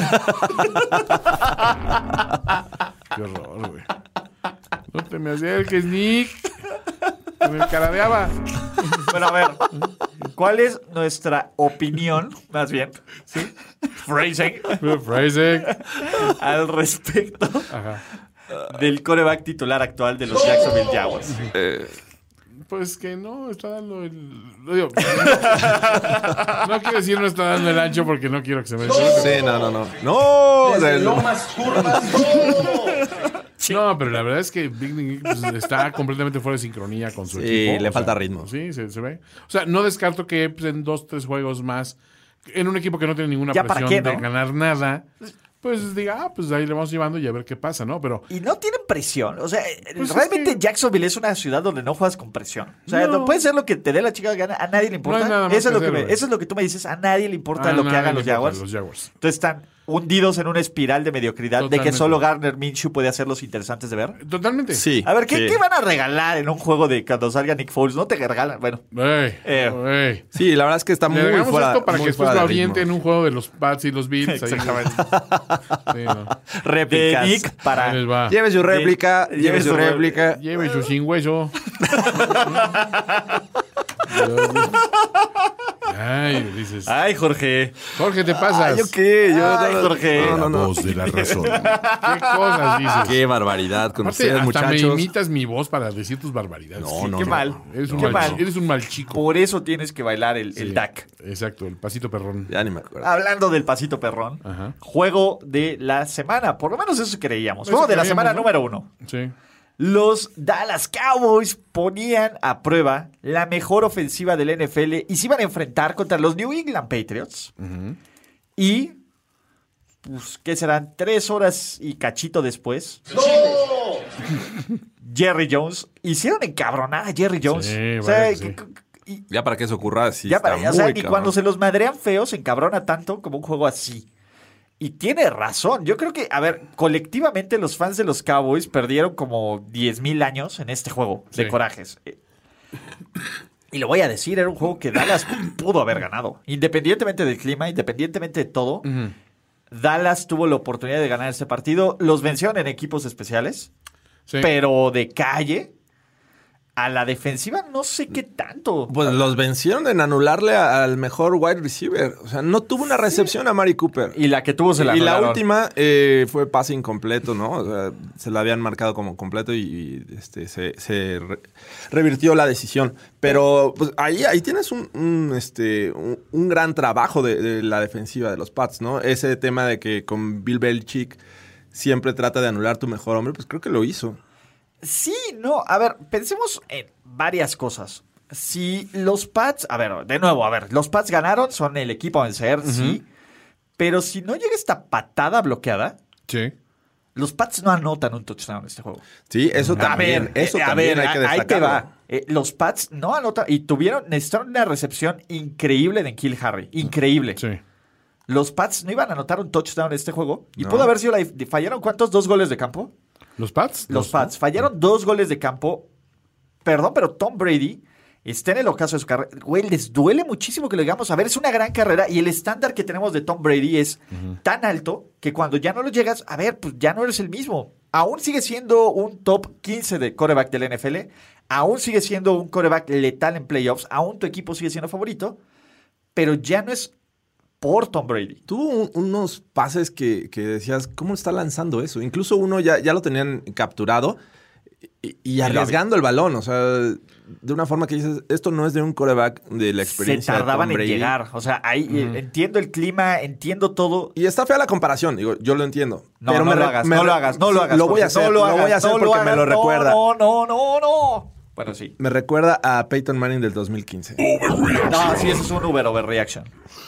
Qué horror, güey. No te me acerques, Nick. Que me caradeaba. Bueno, a ver, ¿cuál es nuestra opinión, más bien, ¿sí? Phrasing, Fraser. al respecto Ajá. del quarterback titular actual de los Jacksonville Jaguars? Pues que no, está dando el... lo digo, no quiero decir no está dando el ancho porque no quiero que se me... Sí, no, no, no. No, o sea, No, pero la verdad es que Big Nick pues, está completamente fuera de sincronía con su Sí, equipo. le O falta sea, ritmo. Sí, se, se ve. O sea, no descarto que pues, en dos, tres juegos más, en un equipo que no tiene ninguna ¿Ya para presión qué, de no? ganar nada, pues diga, ah, pues ahí le vamos llevando y a ver qué pasa, ¿no? Pero Y no tienen presión. O sea, Pues es realmente que- Jacksonville es una ciudad donde no juegas con presión. O sea, No. no puede ser lo que te dé la chica gana. A nadie le importa. No hay nada más eso, es que lo que hacer, me- güey. eso es lo que tú me dices. A nadie le importa a lo que nadie hagan le los importa Jaguars. Los Jaguars. Entonces están hundidos en una espiral de mediocridad de que Totalmente. solo Gardner Minshew puede hacerlos interesantes de ver. Totalmente. sí. A ver, ¿qué, sí. ¿qué van a regalar en un juego de cuando salga Nick Foles? No te regalan. Bueno, Ey, Eh. ey. Sí, la verdad es que está Le muy regalamos fuera. esto para muy que después fuera lo de ritmo. aviente en un juego de los Pats y los Bills. ahí. exactamente. Sí, no. De Réplicas. Nick para... Ahí les va. Lleve su réplica, De- lleve lleve su su réplica. Lleve su sin hueso. Ay, dices. Ay, Jorge. Jorge, te pasas. Ay, ¿yo qué? Yo, Ay, no, no, Jorge. no, no, no. Voz de la razón. ¿Qué cosas dices? Qué barbaridad con Aparte, ustedes, hasta muchachos. me imitas mi voz para decir tus barbaridades. No, Sí, no, Qué no. mal. Eres un, Qué mal, mal. eres un mal chico. Por eso tienes que bailar el, el Sí, D A C. Exacto, el pasito perrón. Ya ni me acuerdo. Hablando del pasito perrón, Ajá. juego de la semana. Por lo menos eso creíamos. Eso Juego de la creíamos, semana ¿no? número uno. Sí. Los Dallas Cowboys ponían a prueba la mejor ofensiva del N F L y se iban a enfrentar contra los New England Patriots. Y, pues, ¿qué serán? Tres horas y cachito después. Jerry Jones. Hicieron encabronar a Jerry Jones. Sí, O sea, vaya que que- sí. que- y- Ya para que eso ocurra, sí. ya está para, o sea, muy ni cabrón. cuando se los madrean feos se encabrona tanto como un juego así. Y tiene razón. Yo creo que, a ver, colectivamente los fans de los Cowboys perdieron como diez mil años en este juego de Sí. corajes. Eh, Y lo voy a decir, era un juego que Dallas pudo haber ganado. Independientemente del clima, independientemente de todo, Dallas tuvo la oportunidad de ganar ese partido. Los vencieron en equipos especiales, Sí. pero de calle. A la defensiva no sé qué tanto. Pues los vencieron en anularle a- al mejor wide receiver. O sea, no tuvo una recepción a Mari Cooper. Y la que tuvo se la y la anularon. última eh, fue pase incompleto, ¿no? O sea, se la habían marcado como completo y, y, este, se, se re- revirtió la decisión. Pero pues, ahí, ahí tienes un, un, este, un, un gran trabajo de, de la defensiva de los Pats, ¿no? Ese tema de que con Bill Belichick siempre trata de anular tu mejor hombre, pues creo que lo hizo. Sí, no, a ver, pensemos en varias cosas. Si los Pats, a ver, de nuevo, a ver, los Pats ganaron, son el equipo a vencer, sí. Pero si no llega esta patada bloqueada, Sí. los Pats no anotan un touchdown en este juego. Sí, eso A también. ver, eso eh, a también ver, hay que ahí te destacarlo. va. Eh, los Pats no anotan y tuvieron, necesitaron una recepción increíble de N'Keal Harry. Increíble. Sí. Los Pats no iban a anotar un touchdown en este juego. Y No. pudo haber sido la. ¿Fallaron cuántos? ¿Dos goles de campo? ¿Los Pats? Los Pats. Fallaron dos goles de campo. Perdón, pero Tom Brady está en el ocaso de su carrera. Güey, les duele muchísimo que lo digamos. A ver, es una gran carrera y el estándar que tenemos de Tom Brady es uh-huh. tan alto que cuando ya no lo llegas, a ver, pues ya no eres el mismo. Aún sigue siendo un top quince de quarterback del N F L. Aún sigue siendo un quarterback letal en playoffs. Aún tu equipo sigue siendo favorito. Pero ya no es por Tom Brady. Tuvo un, unos pases que, que decías, ¿cómo está lanzando eso? Incluso uno ya, ya lo tenían capturado y, y arriesgando el balón. O sea, de una forma que dices, esto no es de un quarterback de la experiencia. Se tardaban de Tom Brady. en llegar. O sea, ahí uh-huh. entiendo el clima, entiendo todo. Y está fea la comparación, digo, yo lo entiendo. No, pero no, me, lo hagas, me, no lo hagas, no lo hagas. Lo voy a hacer, no lo, hagas, lo voy a hacer no porque lo hagas, me lo no, recuerda. No, no, no, no. Bueno, sí. Me recuerda a Peyton Manning del dos mil quince. No, sí, eso es un Uber overreaction.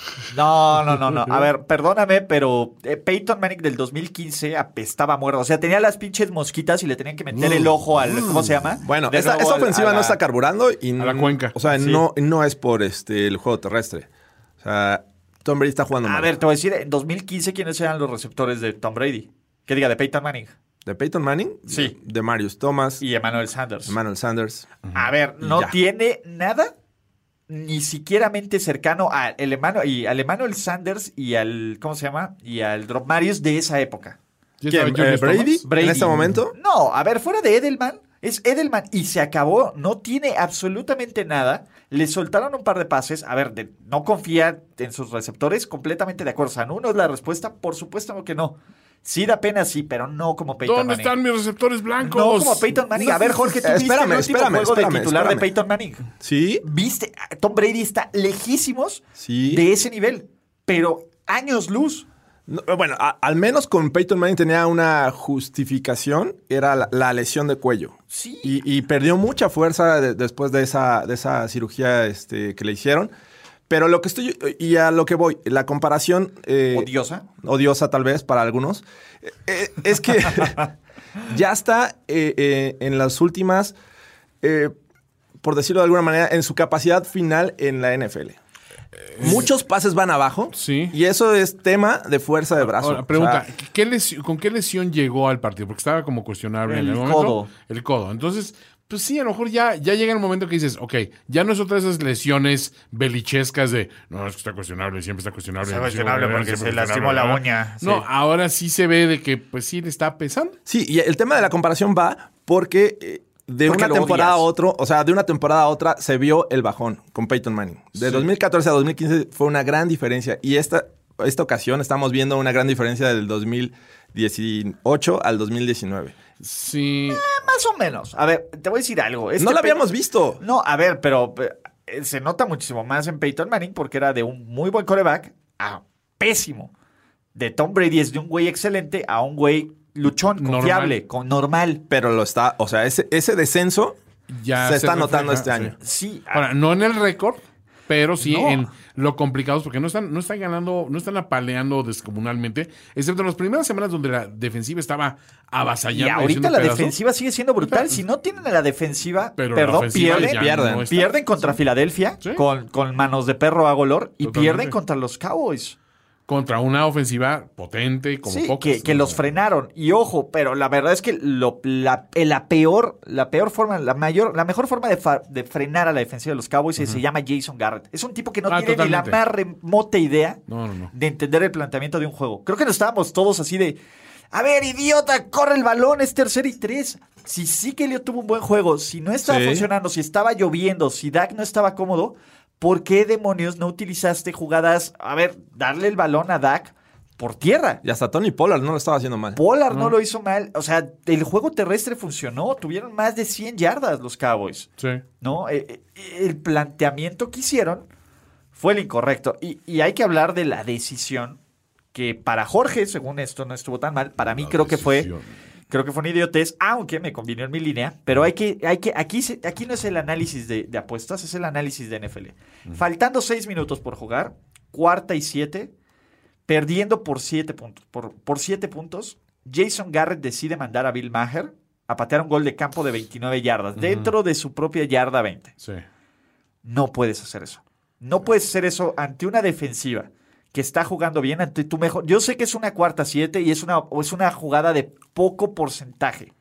No, no, no, no. A ver, perdóname, pero eh, Peyton Manning del dos mil quince apestaba muerto. O sea, tenía las pinches mosquitas y le tenían que meter el ojo al... ¿Cómo se llama? Bueno, esa, esa ofensiva al, no está carburando y... A la cuenca. O sea, sí. no, no es por este el juego terrestre. O sea, Tom Brady está jugando A mal. ver, te voy a decir, en dos mil quince, ¿quiénes eran los receptores de Tom Brady? Que diga, de Peyton Manning. ¿De Peyton Manning? Sí. De Marius Thomas. Y Emmanuel Sanders. Emmanuel Sanders. A ver, no ya. tiene nada ni siquiera mente cercano al Emmanuel, y al Emmanuel Sanders y al, ¿cómo se llama? Y al Drop Marius de esa época. ¿Quién? Eh, Brady, Brady. ¿En este momento? No, a ver, fuera de Edelman, es Edelman y se acabó, no tiene absolutamente nada. Le soltaron un par de pases. A ver, de, no confía en sus receptores, completamente de acuerdo. San Uno es la respuesta, por supuesto que no. Sí da pena, sí, pero no como Peyton ¿Dónde Manning. están mis receptores blancos? No como Peyton Manning. A ver, Jorge, ¿tú viste espérame, el último espérame, juego espérame, de titular espérame. de Peyton Manning? ¿Sí? ¿Viste? Tom Brady está lejísimos Sí. de ese nivel, pero años luz. No, bueno, a, al menos con Peyton Manning tenía una justificación, era la, la lesión de cuello. Sí. Y, y perdió mucha fuerza de, después de esa, de esa cirugía este, que le hicieron. Pero lo que estoy, y a lo que voy, la comparación... Eh, ¿Odiosa? Odiosa tal vez para algunos. Eh, es que ya está eh, eh, en las últimas, eh, por decirlo de alguna manera, en su capacidad final en la N F L. Muchos pases van abajo. Sí. Y eso es tema de fuerza de brazo. Ahora, pregunta, O sea, ¿qué lesión, ¿con qué lesión llegó al partido? Porque estaba como cuestionable El en el momento. codo. El codo. Entonces, pues sí, a lo mejor ya, ya llega el momento que dices, ok, ya no es otra de esas lesiones belichescas de, no, es que está cuestionable, siempre está cuestionable. Está siempre cuestionable siempre porque se cuestionable, lastimó la ¿verdad? uña, No, sí. ahora sí se ve de que, pues sí, le está pesando. sí, y el tema de la comparación va porque eh, de Porque una lo temporada odias. a otro, o sea, de una temporada a otra se vio el bajón con Peyton Manning. De Sí. dos mil catorce a dos mil quince fue una gran diferencia. Y esta, esta ocasión estamos viendo una gran diferencia del dos mil dieciocho al dos mil diecinueve. Sí. Más o menos. A ver, te voy a decir algo. Este No lo Pey- habíamos visto. No, a ver, pero eh, se nota muchísimo más en Peyton Manning porque era de un muy buen quarterback a pésimo. De Tom Brady es de un güey excelente a un güey luchón, Normal. confiable, con normal. Pero lo está, o sea, ese, ese descenso Ya se se está refleja, notando este sí. año. Sí. Ahora, no en el récord, pero sí No. en lo complicados, porque no están, no están ganando, no están apaleando descomunalmente, excepto en las primeras semanas donde la defensiva estaba avasallando. Y ahorita haciendo la pedazos. defensiva sigue siendo brutal. Si no tienen a la defensiva, Pero la perdón, ofensiva pierden, ya pierden. no está. pierden contra Filadelfia Sí. con, con manos de perro a golor y Totalmente. pierden contra los Cowboys. Contra una ofensiva potente, como Sí, pocos. que, que los frenaron. Y ojo, pero la verdad es que lo, la, eh, la peor, la peor forma, la mayor, la mejor forma de, fa- de frenar a la defensiva de los Cowboys es- se llama Jason Garrett. Es un tipo que no Ah, tiene totalmente. ni la más remota idea No, no, no. de entender el planteamiento de un juego. Creo que nos estábamos todos así de, a ver, idiota, corre el balón, es tercera y tres. Si sí que Elliott tuvo un buen juego, si no estaba Sí. funcionando, si estaba lloviendo, si Dak no estaba cómodo, ¿por qué demonios no utilizaste jugadas, a ver, darle el balón a Dak por tierra? Y hasta Tony Pollard no lo estaba haciendo mal. Pollard no lo hizo mal. O sea, el juego terrestre funcionó. Tuvieron más de cien yardas los Cowboys. Sí. ¿No? Eh, eh, el planteamiento que hicieron fue el incorrecto. Y, y hay que hablar de la decisión que para Jorge, según esto, no estuvo tan mal. Para mí La creo que fue... decisión. Creo que fue una idiotez, aunque me convino en mi línea. Pero hay que, hay que, aquí, se- aquí no es el análisis de, de apuestas, es el análisis de N F L. Faltando seis minutos por jugar, cuarta y siete, perdiendo por siete puntos. Por, por siete puntos, Jason Garrett decide mandar a Bill Maher a patear un gol de campo de veintinueve yardas, dentro de su propia yarda veinte. Sí. No puedes hacer eso. No puedes hacer eso ante una defensiva que está jugando bien, ante tu mejor. Yo sé que es una cuarta siete y es una, o es una jugada de poco porcentaje.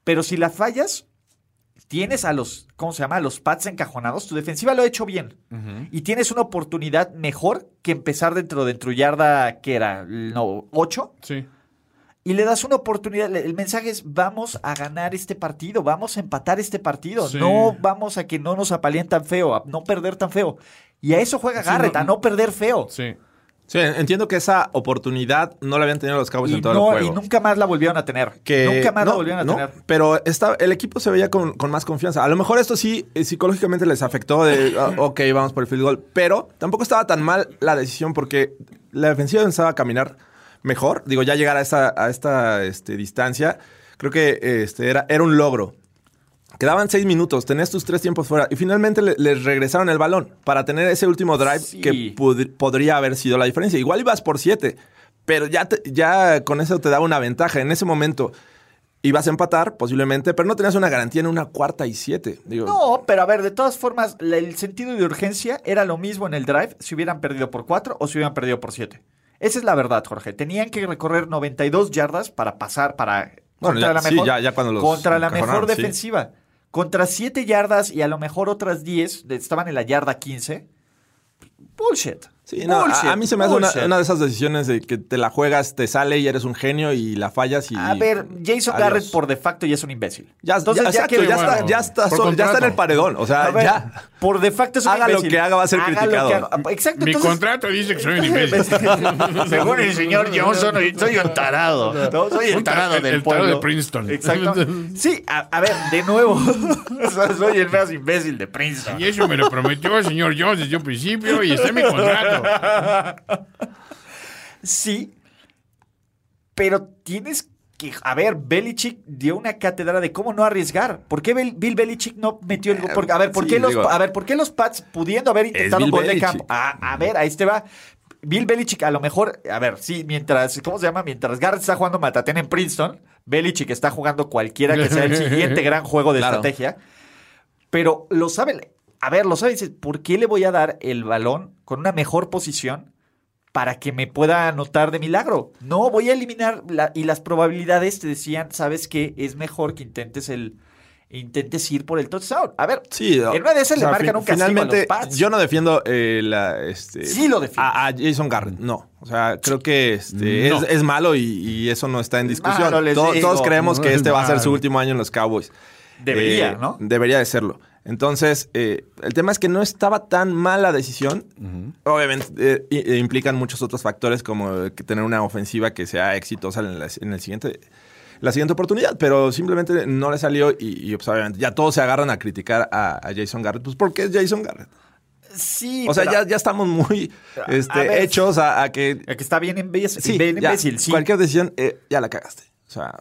Pero si la fallas, tienes a los, ¿cómo se llama? A los Pats encajonados. Tu defensiva lo ha hecho bien. Uh-huh. Y tienes una oportunidad mejor que empezar dentro de tu yarda, ¿qué era? No, ¿ocho? Sí. Y le das una oportunidad. El mensaje es, vamos a ganar este partido, vamos a empatar este partido. Sí. No vamos a que no nos apalien tan feo, a no perder tan feo. Y a eso juega Garrett, sí, no, a no perder feo. Sí. Sí, entiendo que esa oportunidad no la habían tenido los Cowboys y en todo no, el juego. Y nunca más la volvieron a tener. Que, nunca más no, la volvieron a no, tener. Pero está, el equipo se veía con, con más confianza. A lo mejor esto sí eh, psicológicamente les afectó de, uh, ok, vamos por el field goal. Pero tampoco estaba tan mal la decisión porque la defensiva empezaba a caminar mejor. Digo, ya llegar a esta, a esta este, distancia, creo que este, era, era un logro. Quedaban seis minutos, tenías tus tres tiempos fuera y finalmente le, les regresaron el balón para tener ese último drive sí. que pud- podría haber sido la diferencia. Igual ibas por siete, pero ya, te, ya con eso te daba una ventaja. En ese momento ibas a empatar posiblemente, pero no tenías una garantía en una cuarta y siete. Digo, no, pero a ver, de todas formas, el sentido de urgencia era lo mismo en el drive si hubieran perdido por cuatro o si hubieran perdido por siete. Esa es la verdad, Jorge. Tenían que recorrer noventa y dos yardas para pasar, para... Bueno, contra ya, la mejor, sí, ya, ya cuando los contra la mejor sí. defensiva. Contra siete yardas y a lo mejor otras diez, estaban en la yarda quince. Bullshit. Sí, no, Bullshit. A, a mí se me hace una, una de esas decisiones de que te la juegas, te sale y eres un genio y la fallas y... A ver, Jason adiós. Garrett por de facto ya es un imbécil. Ya, Entonces, ya, ya, exacto, que, ya, bueno, está, ya, está, so, ya está en el paredón. O sea, ver, ya... Por de facto es un haga imbécil. lo que haga, va a ser haga criticado. Haga, exacto. Mi entonces, contrato dice que soy un imbécil. Según el señor Johnson, soy un tarado. No, soy el tarado el, del el pueblo. tarado de Princeton. Exacto. Sí, a, a ver, de nuevo. Soy el más imbécil de Princeton. Y eso me lo prometió el señor Jones desde un principio y está en mi contrato. Sí, pero tienes que... A ver, Belichick dio una cátedra de cómo no arriesgar. ¿Por qué Bill Belichick no metió el gol? Porque, a ver, ¿por Sí, qué los, digo, a ver, ¿por qué los Pats, pudiendo haber intentado un gol de campo? A, a ver, ahí te va. Bill Belichick, a lo mejor... A ver, sí, mientras... ¿Cómo se llama? Mientras Garrett está jugando Matatena en Princeton, Belichick está jugando cualquiera que sea el siguiente gran juego de claro. estrategia. Pero lo saben... A ver, lo saben. Dices, ¿por qué le voy a dar el balón con una mejor posición para que me pueda anotar de milagro? No, voy a eliminar la, y las probabilidades te decían, ¿sabes qué? Es mejor que intentes el intentes ir por el touchdown. A ver, sí, en una de esas o sea, le marcan un castigo finalmente, a los Pats. Yo no defiendo eh, la, este, sí lo defiendo. A, a Jason Garrett, no. O sea, creo que este, no. es, es malo y, y eso no está en discusión. Malo, Tod- todos creemos que este va a ser su último año en los Cowboys. Debería, eh, ¿no? Debería de serlo. Entonces, eh, el tema es que no estaba tan mal la decisión. Uh-huh. Obviamente, eh, eh, implican muchos otros factores como que tener una ofensiva que sea exitosa en, la, en el siguiente, la siguiente oportunidad, pero simplemente no le salió y, y pues, obviamente ya todos se agarran a criticar a, a Jason Garrett. Pues, ¿por qué es Jason Garrett? Sí, o sea, pero, ya, ya estamos muy este, a ver, hechos a, a que... A que está bien imbécil. Sí, bien ya, imbécil sí. Cualquier decisión, eh, ya la cagaste. O sea,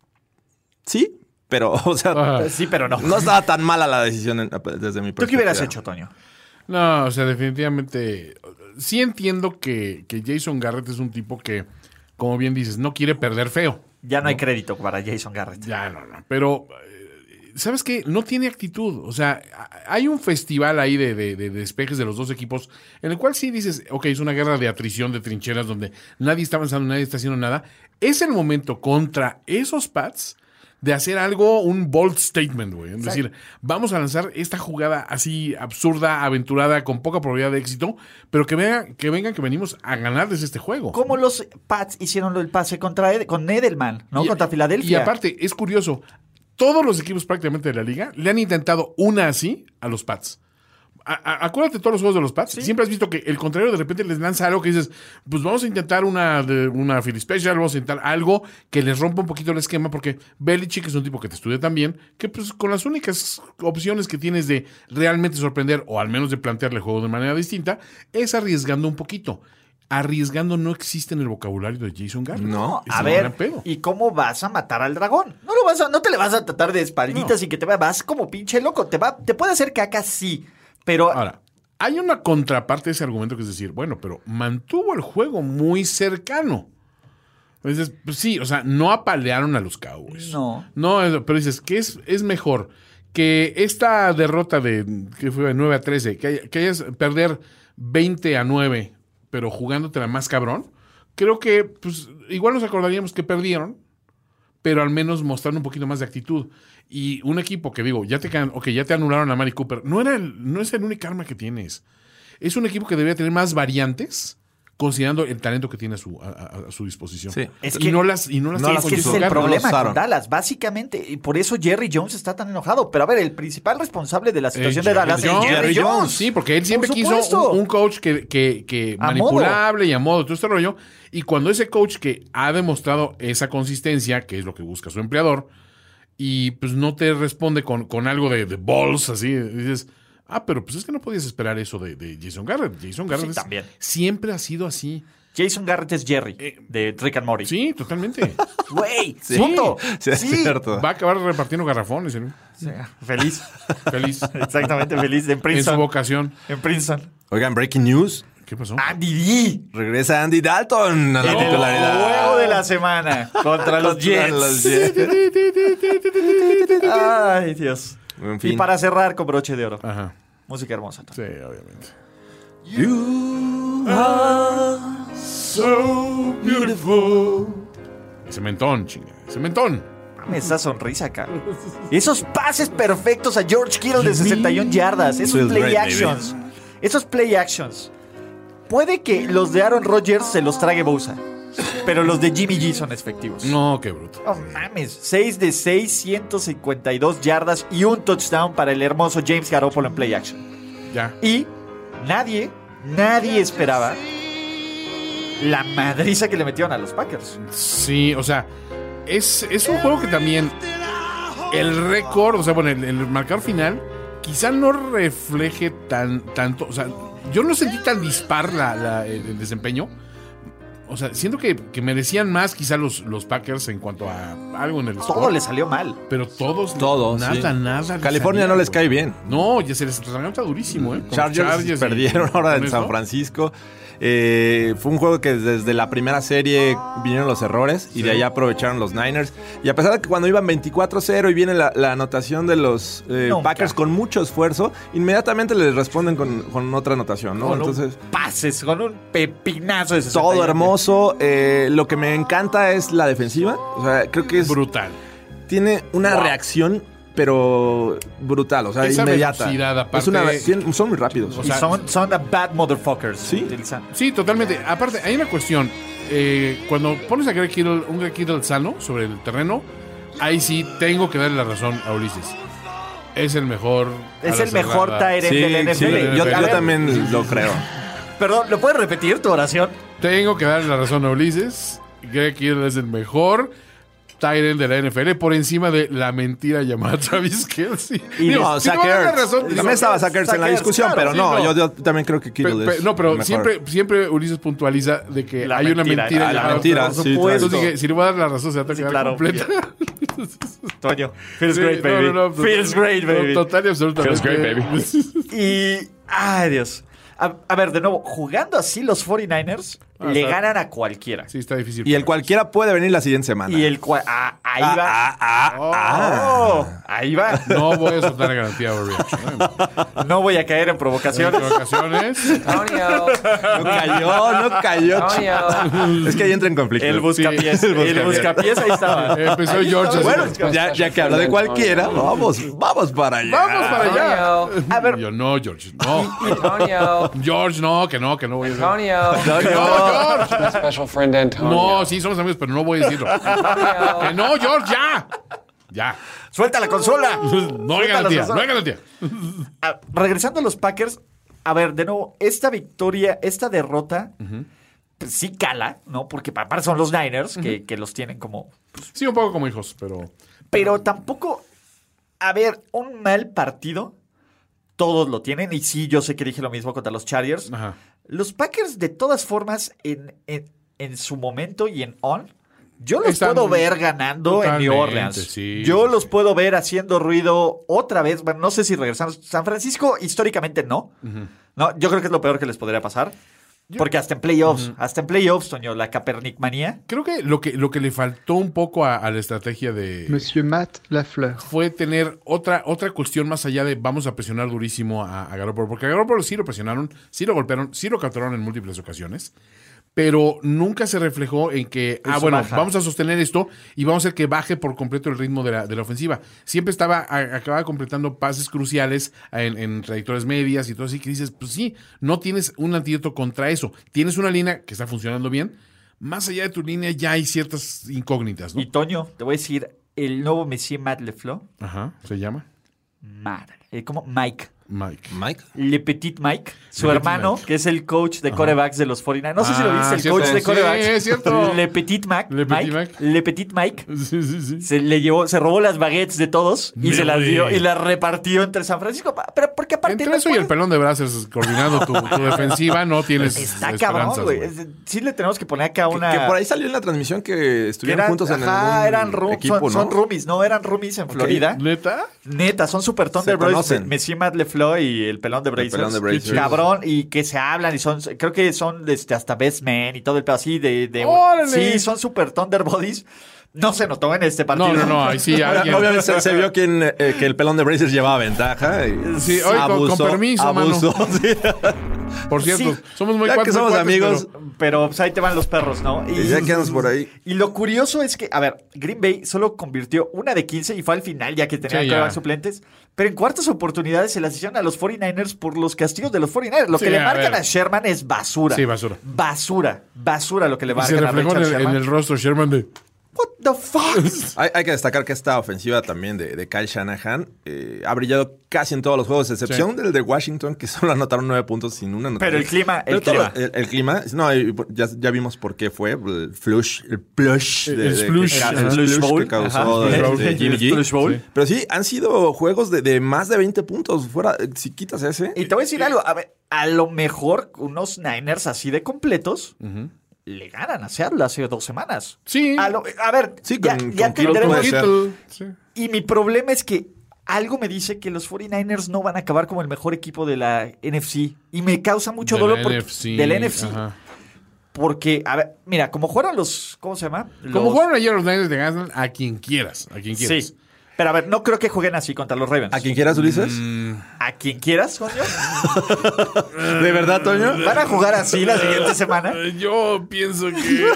sí, pero, o sea, uh, sí, pero no. No estaba tan mala la decisión en, desde mi perspectiva. ¿Tú qué hubieras hecho, Toño? No, o sea, definitivamente... Sí entiendo que, que Jason Garrett es un tipo que, como bien dices, no quiere perder feo. Ya no, ¿no? hay crédito para Jason Garrett. Ya no, no. Pero, ¿sabes qué? No tiene actitud. O sea, hay un festival ahí de, de, de despejes de los dos equipos en el cual sí dices, ok, es una guerra de atrición, de trincheras, donde nadie está avanzando, nadie está haciendo nada. Es el momento contra esos Pats de hacer algo, un bold statement, güey. Es decir, vamos a lanzar esta jugada así absurda, aventurada, con poca probabilidad de éxito, pero que vengan, que vengan, que venimos a ganarles este juego. Como los Pats hicieron el pase contra Ed, con Edelman, ¿no? Y, contra Filadelfia. Y aparte, es curioso, todos los equipos prácticamente de la liga le han intentado una así a los Pats. A, a, acuérdate de todos los juegos de los Pats. ¿Sí? Siempre has visto que el contrario de repente les lanza algo que dices, pues vamos a intentar una, de, una Philly Special, vamos a intentar algo que les rompa un poquito el esquema, porque Belichick es un tipo que te estudia también, que pues con las únicas opciones que tienes de realmente sorprender, o al menos de plantearle el juego de manera distinta, es arriesgando un poquito. Arriesgando no existe en el vocabulario de Jason Garrett. No, a ver, ¿y cómo vas a matar al dragón? No lo vas a, no te le vas a tratar de espalditas no. y que te va, vas como pinche loco. Te va, te puede hacer caca, sí. Pero ahora, hay una contraparte de ese argumento que es decir, bueno, pero mantuvo el juego muy cercano. Entonces, pues sí, o sea, no apalearon a los Cowboys. No. No, pero dices, ¿qué es, es mejor? Que esta derrota de, que fue de nueve a trece, que, hay, que hayas perder veinte a nueve, pero jugándotela más cabrón, creo que pues igual nos acordaríamos que perdieron, pero al menos mostrando un poquito más de actitud. Y un equipo que digo, ya te can- okay, ya te anularon a Mari Cooper, no era el, no es el único arma que tienes. Es un equipo que debería tener más variantes, considerando el talento que tiene a su, a, a- a su disposición. Sí. Es y que- no las y no las no tiene las Es que ese con es el no lo problema usaron. con Dallas, básicamente. Y por eso Jerry Jones está tan enojado. Pero a ver, el principal responsable de la situación Eh, de Dallas Jerry es Jones. Jerry Jerry Jones. Sí, porque él siempre Por quiso supuesto. un, un coach que, que, que A manipulable y a modo, todo este rollo. Y cuando ese coach que ha demostrado esa consistencia, que es lo que busca su empleador, y pues no te responde con, con algo de, de balls, así, dices, ah, pero pues es que no podías esperar eso de, de Jason Garrett. Jason Garrett Sí, es- también. siempre ha sido así. Jason Garrett es Jerry, de Rick and Morty. Eh, Sí, totalmente. Güey, Sí. punto. Sí, es cierto. Va a acabar repartiendo garrafones. ¿eh? Sí, feliz. Feliz. Exactamente feliz. En En su Princeton. vocación. En Princeton. Oigan, breaking news. ¿Qué pasó? Andy D. Regresa Andy Dalton a la En el titularidad. juego de la semana contra los Contra Jets. los Jets. Ay, Dios. En Y fin. para cerrar con broche de oro. Ajá. Música hermosa. Sí, obviamente. So beautiful. Cementón, chinga. Cementón. Esa sonrisa, cabrón. Esos pases perfectos a George Kittle de sesenta y una yardas. Esos Feels play great, actions. Esos play actions. Puede que los de Aaron Rodgers se los trague Bosa. Pero los de Jimmy G son efectivos. No, qué bruto. No mames. seis de seis, ciento cincuenta y dos yardas y un touchdown para el hermoso James Garoppolo en play action. Ya. Y nadie, nadie esperaba la madriza que le metieron a los Packers. Sí, o sea, es, es un juego que también el récord, o sea, bueno, el, el marcador final quizá no refleje tan tanto, o sea, yo no sentí tan dispar la, la- el, el desempeño. O sea, siento que, que merecían más quizá los, los Packers en cuanto a algo en el Todo score, le salió mal. pero todos, Todos, nada, sí. nada. les California salía, no les güey. cae bien. No, ya se les está durísimo, ¿eh? Con Chargers, y- perdieron ahora con en esto. San Francisco. Eh, fue un juego que desde la primera serie vinieron los errores y de ahí aprovecharon los Niners. Y a pesar de que cuando iban veinticuatro cero y viene la, la anotación de los eh, Nunca. Packers con mucho esfuerzo, inmediatamente les responden con, con otra anotación, ¿no? Con Entonces, un pases, con un pepinazo de sesenta todo yardas. hermoso. Eh, lo que me encanta es la defensiva. O sea, creo que es, Brutal. tiene una Wow. reacción, pero brutal, o sea, Esa inmediata. velocidad, aparte- Es una, tienen- son muy rápidos. O Y sea, son, son the bad motherfuckers. Sí. Utilizan. Sí, totalmente. Aparte, hay una cuestión. Eh, cuando pones a Greg Kittle, un Greg Kittle sano sobre el terreno, ahí sí tengo que darle la razón a Ulises. Es el mejor. Es a la el mejor cerrada. tight end Sí, del N F L. sí, yo, A yo ver, también lo creo. Perdón, ¿lo puedes repetir tu oración? Tengo que darle la razón a Ulises. Greg Kittle es el mejor tight end de la N F L por encima de la mentira llamada Travis Kelce. Y Digo, No, si Zach me das la Ertz. razón, digo, También estaba Zach Ertz en la Zach Ertz, discusión, claro, pero sí, no, no. Yo, yo también creo que Pe- Kittle pe- es no, pero mejor. siempre, siempre Ulises puntualiza de que La hay una mentira. mentira Ah, la llamada mentira, Travis sí, Kelce. supuesto. Entonces dije, si le voy a dar la razón, se va a Sí, quedar claro. completa. Toño. Feels Sí, great, no, baby. no, no, Feels great, baby. Total y absolutamente. Feels great, baby. Y. Ay, Dios. A, a ver, de nuevo, jugando así los cuarenta y nueve ers Ah, le está- ganan a cualquiera. Sí, está difícil. Y el cualquiera puede venir la siguiente semana. Y el cua- ah, ahí Ah, va. ah, ah, ah. Oh, ahí va. No voy a soltar la garantía de overreaction. ¿eh? No voy a caer en En provocaciones. ocasiones. Antonio, No cayó, no cayó. Antonio. Es que ahí entra en conflicto. El buscapiés. Sí, el el buscapiés ahí estaba. Empezó Ahí George estaba. así. Bueno, ya, ya que habla de cualquiera, vamos, vamos para allá. Vamos para allá. Antonio, A ver, Y yo, no, George, no. Antonio, George, no, que no, que no voy a decir. Antonio, No, George. my special friend Antonio. No, sí, somos amigos, pero no voy a decirlo. Que no, George, ya. Ya. suelta la consola. No hay Suelta la garantía, consola. no hay garantía. Ah, regresando a los Packers, a ver, de nuevo, esta victoria, esta derrota, pues sí cala, ¿no? Porque aparte son los Niners, que, que los tienen como... Sí, un poco como hijos, pero. Pero tampoco, a ver, un mal partido, todos lo tienen. Y sí, yo sé que dije lo mismo contra los Chargers. Ajá. Los Packers, de todas formas, en, en, en su momento y en on, yo los Están puedo ver ganando en New totalmente, Orleans. sí, yo sí, los sí. puedo ver haciendo ruido otra vez. Bueno, no sé si regresando. San Francisco, históricamente, no. No, yo creo que es lo peor que les podría pasar. Porque hasta en playoffs, hasta en playoffs, Toño, la Kaepernick manía. Creo que lo que, lo que le faltó un poco a, a la estrategia de. Monsieur Matt Lafleur. Fue tener otra, otra cuestión más allá de vamos a presionar durísimo a, a Garoppolo. Porque a Garoppolo sí lo presionaron, sí lo golpearon, sí lo capturaron en múltiples ocasiones. pero nunca se reflejó en que, ah, Eso bueno, baja. vamos a sostener esto y vamos a hacer que baje por completo el ritmo de la, de la ofensiva. Siempre estaba, a- acababa completando pases cruciales en, en trayectorias medias y todo así, que dices, pues sí, no tienes un antídoto contra eso. Tienes una línea que está funcionando bien. Más allá de tu línea ya hay ciertas incógnitas, ¿no? Y Toño, te voy a decir, el nuevo Monsieur Matt LeFleur, Ajá, ¿se llama? Matt, eh, como Mike. Mike. Mike. Le Petit Mike, su Le Petit hermano, Mike. que es el coach de quarterbacks de los cuarenta y nueve. No sé si lo Ah, viste, el cierto. coach de Sí, quarterbacks. es cierto. Le Petit Mac, Le Petit Mike, Mike. Le Petit Mike. Sí, sí, sí. Se le llevó, se robó las baguettes de todos y No, se las güey. dio y las repartió entre San Francisco. Pero porque aparte Entre no eso y puede- el pelón de brazos coordinando tu, tu defensiva, no tienes está esperanzas, cabrón, güey. güey. Es- Sí le tenemos que poner acá Que, una... que por ahí salió en la transmisión que que estuvieron eran, juntos en ajá, el eran room- equipo, son, ¿no? son roomies, no, eran roomies en Florida. ¿Neta? Neta, son super Thunder Bros. conocen. Messi Matt LeFleur y el pelón de Brazers. pelón de Brazers. Cabrón, y que se hablan y son, creo que son este, hasta best men y todo el pedo así de, de ¡Órale! sí, son super Thunder Bodies. No se notó en este partido. No, no, no, ahí sí alguien... Obviamente se, se vio quien, eh, que el pelón de Brazers llevaba ventaja. Y Sí, oye, con- con permiso, mano. abusó, sí. Por cierto, Sí. somos muy Ya que cuates, muy somos cuates, amigos, pero- Pero pues, ahí te van los perros, ¿no? Y ya que andas por ahí. Y lo curioso es que, a ver, Green Bay solo convirtió una de quince y fue al final ya que tenían Sí, que ya. suplentes. Pero en cuartas oportunidades se las hicieron a los cuarenta y nueve ers por los castigos de los cuarenta y nueve ers. Lo Sí, que le a marcan ver. a Sherman es basura. Sí, basura. Basura. Basura lo que le Y se marcan a reflejó en Richard el, en Sherman. el rostro Sherman de... What the fuck? Hay, hay que destacar que esta ofensiva también de, de Kyle Shanahan eh, ha brillado casi en todos los juegos, excepción Sí. del de Washington, que solo anotaron nueve puntos sin una anotación. Pero el clima, el Pero todo- clima. el, el clima, no, y ya, ya vimos por qué fue, el flush, el plush. El- de- el de- splush. que ca- Ajá. el El splush Slush Bowl. que causó Ajá. de- El- de el Jimmy G. Slush Bowl. Sí. Pero sí, han sido juegos de, de más de veinte puntos. Fuera, si quitas ese. Y te voy a decir algo. A ver, a lo mejor unos Niners así de completos le ganan a Seattle hace dos semanas. Sí. A, lo- a ver, Sí, ya, con- ya con Kittle tendremos... puede ser. Kittle, sí. Y mi problema es que algo me dice que los cuarenta y nueve ers no van a acabar como el mejor equipo de la N F C. Y me causa mucho De dolor la porque, N F C, de la N F C. ajá. Porque, a ver, mira, como jugaron los... ¿Cómo se llama? Como Los- jugaron ayer los Niners, te ganan a quien quieras. A quien quieras. Sí. Pero a ver, no creo que jueguen así contra los Ravens. ¿A quien quieras, Ulises? ¿A quien quieras, coño? ¿De verdad, Toño? ¿Van a jugar así la siguiente semana? Eh, Yo pienso que...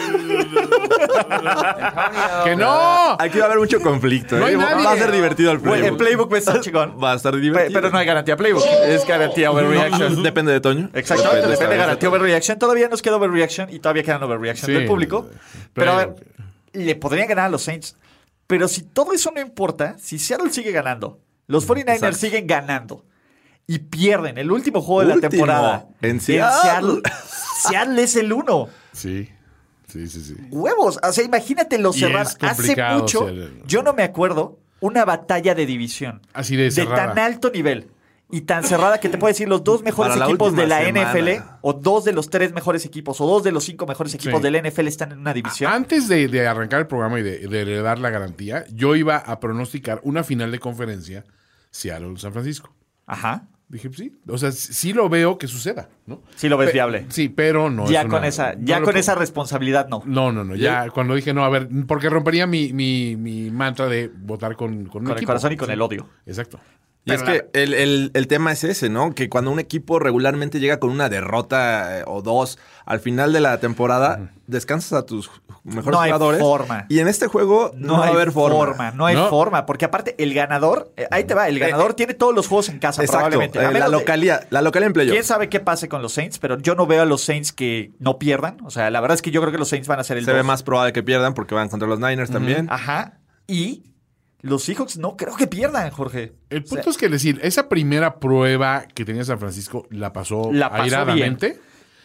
¡Que no! Aquí va a haber mucho conflicto. No hay ¿eh? nadie. Va a ser divertido el Güey, playbook. el playbook va a estar chingón. Va a estar Pe- divertido. Pero no hay garantía playbook. Es garantía overreaction. Depende de Toño. Exactamente, depende de esta- garantía overreaction. Todavía nos queda overreaction y todavía quedan overreaction Sí. del público. Pero a ver, Playbook. le podrían ganar a los Saints. Pero si todo eso no importa, si Seattle sigue ganando, los cuarenta y nueve ers Exacto. siguen ganando y pierden el último juego de la Último. temporada En Seattle. Seattle, Seattle es el uno. Sí, sí, sí, sí. Huevos. O sea, imagínate lo Y cerrado. es Hace complicado, mucho, Seattle. yo no me acuerdo una batalla de división. Así de De cerrada. tan alto nivel y tan cerrada que te puedo decir los dos mejores Para la equipos de última la N F L semana. o dos de los tres mejores equipos o dos de los cinco mejores equipos Sí. de la N F L están en una división. Antes de, de arrancar el programa y de, de dar la garantía, yo iba a pronosticar una final de conferencia Seattle-San Francisco. Ajá. Dije, pues sí, o sea, sí sí lo veo que suceda, ¿no? Sí lo ves Pe- viable. Sí, pero no ya es con una- esa, no ya lo con puedo- esa responsabilidad no. No, no, no, ya cuando dije no, a ver, porque rompería mi, mi, mi mantra de votar con, con, un Con el equipo. corazón y con Sí. el odio. Exacto. Y es que el, el- el tema es ese, ¿no? Que cuando un equipo regularmente llega con una derrota eh, o dos al final de la temporada, descansas a tus mejores No hay jugadores. forma. Y en este juego no, va a hay haber forma. no hay No. forma, porque aparte el ganador, eh, ahí te va, el ganador tiene todos los juegos en casa Exacto. probablemente. A eh, la menos de- localía, la localía en playoff. ¿Quién sabe qué pase con los Saints? Pero yo no veo a los Saints que no pierdan. O sea, la verdad es que yo creo que los Saints van a ser el Se ve dos. más probable que pierdan porque van contra los Niners también. Ajá. Y los Seahawks no creo que pierdan, Jorge. El O sea, punto es que decir, esa primera prueba que tenía San Francisco la pasó, La pasó airadamente,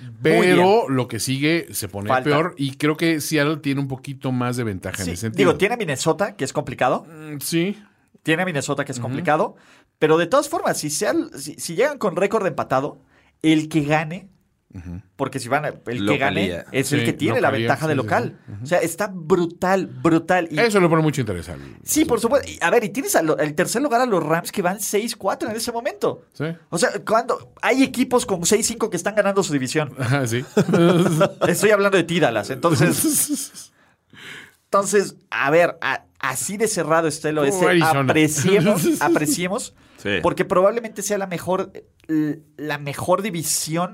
pero lo que sigue se pone Falta. peor y creo que Seattle tiene un poquito más de ventaja en sí, ese sentido. digo, tiene a Minnesota, que es complicado. Mm, Sí, Tiene a Minnesota, que es complicado. Pero de todas formas, si, Seattle- si, si llegan con récord empatado, el que gane, porque si van a- el que gane Localía. es el Sí, que tiene la localía, ventaja de sí, sí, local. O sea, está brutal, brutal. Y, eso lo pone mucho interesante. sí, por supuesto. Y, a ver, y tienes al el tercer lugar a los Rams que van seis cuatro en ese momento. Sí. O sea, cuando hay equipos con seis cinco que están ganando su división. Ajá, sí. Estoy hablando de ti, Dallas. Entonces, entonces, a ver, a- así de cerrado está el oeste. Como Arizona. Apreciemos, apreciemos, Sí. porque probablemente sea la mejor, l- la mejor división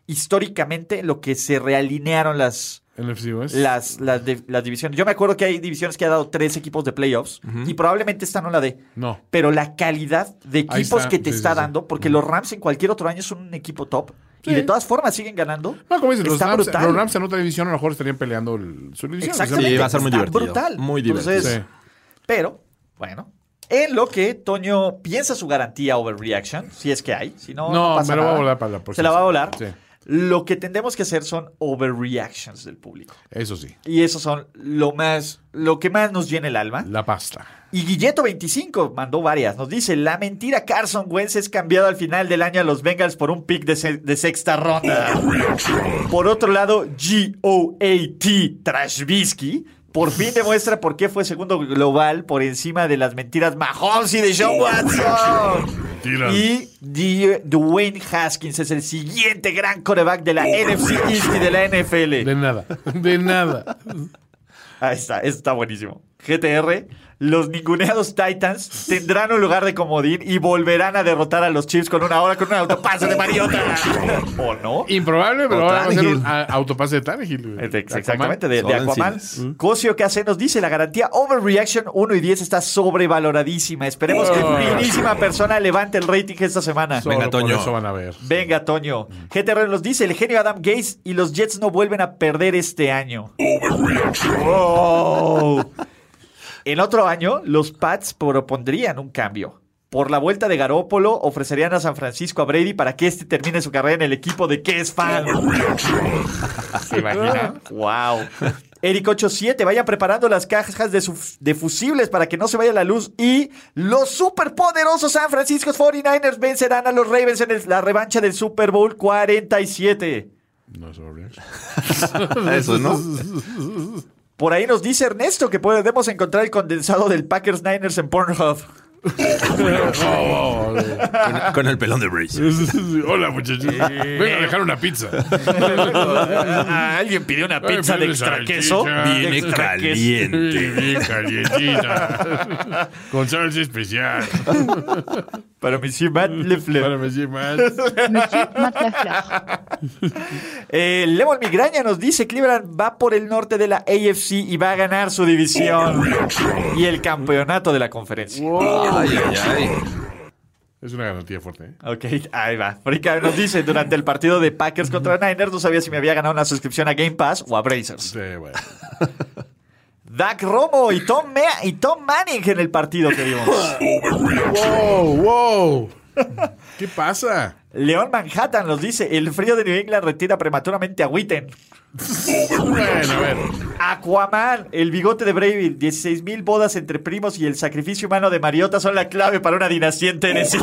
históricamente lo que se realinearon las, N F C West. las, las, de- las divisiones. Yo me acuerdo que hay divisiones que ha dado tres equipos de playoffs y probablemente esta no la dé. No. Pero la calidad de Ahí equipos está, que te sí, está sí, sí. dando, porque los Rams en cualquier otro año son un equipo top y Sí. de todas formas siguen ganando. No, como dices, los está Rams, brutal. los Rams en otra división a lo mejor estarían peleando el, su división. Exactamente. Sí, va a ser muy está divertido. brutal. Muy divertido. Entonces, Sí. Pero, bueno, en lo que Toño piensa su garantía overreaction, si es que hay, si no, No, no pasa me lo va a nada. volar para la próxima Se la va a volar. semana. Sí. Lo que tendremos que hacer son overreactions del público. Eso sí. Y esos son lo más, lo que más nos llena el alma. La pasta. Y Guilleto veinticinco mandó varias. Nos dice, la mentira Carson Wentz es cambiado al final del año a los Bengals por un pick de, se- de sexta ronda. Por otro lado, G O A T Trashbisky por fin demuestra por qué fue segundo global por encima de las mentiras Mahomes y de Sean Watson. Mentiras. Y D- Dwayne Haskins es el siguiente gran quarterback de la N F C East y de la N F L. De nada. De nada. Ahí está, eso está buenísimo. G T R, los ninguneados Titans tendrán un lugar de comodín y volverán a derrotar a los Chiefs con una hora con un autopase de Mariota. ¿O no? Improbable, pero O ahora va a ser un Tannehill. a- autopase de Tannehill. güey. Ex- Exactamente, de, de Solo en Aquaman. cines. Cosio que hace nos dice, la garantía Overreaction uno y diez está sobrevaloradísima. Esperemos que Oh. finísima persona levante el rating esta semana. Solo Venga, por Toño. eso van a ver. Venga, Toño. G T R nos dice, el genio Adam Gase y los Jets no vuelven a perder este año. Wow. En otro año, los Pats propondrían un cambio. Por la vuelta de Garoppolo, ofrecerían a San Francisco a Brady para que éste termine su carrera en el equipo de que es fan. ¿Se imaginan? Wow. Eric ochenta y siete, vayan preparando las cajas de, su- de fusibles para que no se vaya la luz. Y los superpoderosos San Francisco cuarenta y nueve ers vencerán a los Ravens en el- la revancha del Super Bowl cuarenta y siete. No es overreaction. Eso, ¿no? Por ahí nos dice Ernesto que podemos encontrar el condensado del Packers Niners en Pornhub. Oh, güey. Con, con el pelón de Brace. Hola, muchachos. Venga a dejar una pizza. Ah, Alguien pidió una pizza Ay, de pero extra salchicha. queso. Viene Extra queso. Sí, caliente. bien calientita. Con salsa especial. Para Monsieur Matt Lefleur. Para decir más. Monsieur Matt Lafleur. Eh, Lemon Migraña nos dice Cleveland va por el norte de la A F C y va a ganar su división y el campeonato de la conferencia. Ay, ay, ay. Es una garantía fuerte, ¿eh? Ok, ahí va. Frica nos dice, durante el partido de Packers contra Niners no sabía si me había ganado una suscripción a Game Pass o a Brazers. Sí, bueno. Dak Romo y Tom, Ma- y Tom Manning en el partido que vimos. ¡Wow! ¡Wow! ¿Qué pasa? León Manhattan nos dice, el frío de New England retira prematuramente a Witten. Bueno, a ver. Aquaman, el bigote de Brady, dieciséis mil bodas entre primos y el sacrificio humano de Mariota son la clave para una dinastía en Tennessee.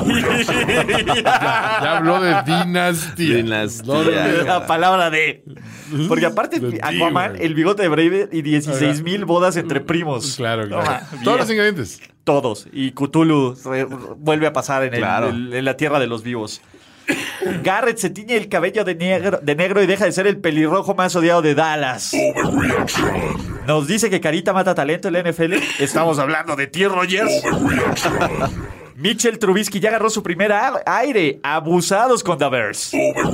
Ya habló de dinastía. Dinastía. La palabra de. Porque aparte, De Aquaman, tío, güey. el bigote de Brady y dieciséis mil bodas entre primos. Claro, claro. Toma, Todos bien. los ingredientes. Todos. Y Cthulhu re- vuelve a pasar en, el- Claro. el- en la tierra de los vivos. Garrett se tiñe el cabello de negro, de negro y deja de ser el pelirrojo más odiado de Dallas. Nos dice que Carita mata talento en la N F L. Estamos hablando de T. Rogers. Mitchell Trubisky ya agarró su primer a- aire. Abusados con The Bears.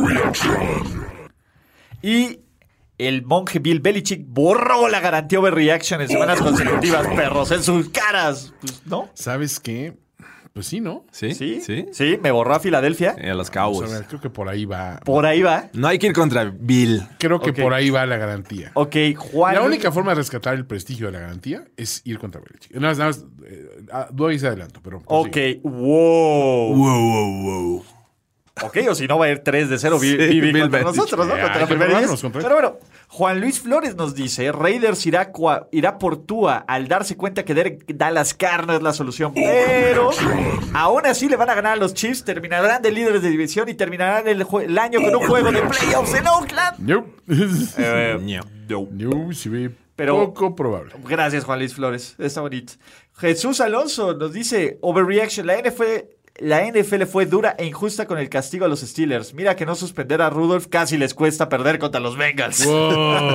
Y el monje Bill Belichick borró la garantía overreaction en semanas consecutivas, perros, en sus caras. Pues, ¿no? ¿Sabes qué? Pues sí, ¿no? ¿Sí? Sí, ¿Sí? sí, me borró a Filadelfia. Eh, a los Vamos a Cowboys. ver, creo que por ahí va. Por ahí va. No hay que ir contra Bill. Creo que Ok. por ahí va la garantía. Ok, Juan. La única forma de rescatar el prestigio de la garantía es ir contra Belichick. Nada más, nada más, eh, ah, doy ese adelanto, pero... Ok, prosigue. wow. Wow, wow, wow. Ok, o si no va a ir tres de cero Sí, Vivi Bill contra Belichick. nosotros, ¿no? Ya, Contra hay la que primera probarnos diez. contra él. Pero bueno, Juan Luis Flores nos dice, Raiders irá, cua- irá por Tua al darse cuenta que Derek Dallas Carr no es la solución, pero aún así le van a ganar a los Chiefs, terminarán de líderes de división y terminarán el, jue- el año con un juego de playoffs en Oakland. Nope. Eh, Ño. no. No, se ve Pero- poco probable. Gracias, Juan Luis Flores. Está bonito. Jesús Alonso nos dice: Overreaction. La N F L, la N F L fue dura e injusta con el castigo a los Steelers. Mira que no suspender a Rudolph casi les cuesta perder contra los Bengals. Wow.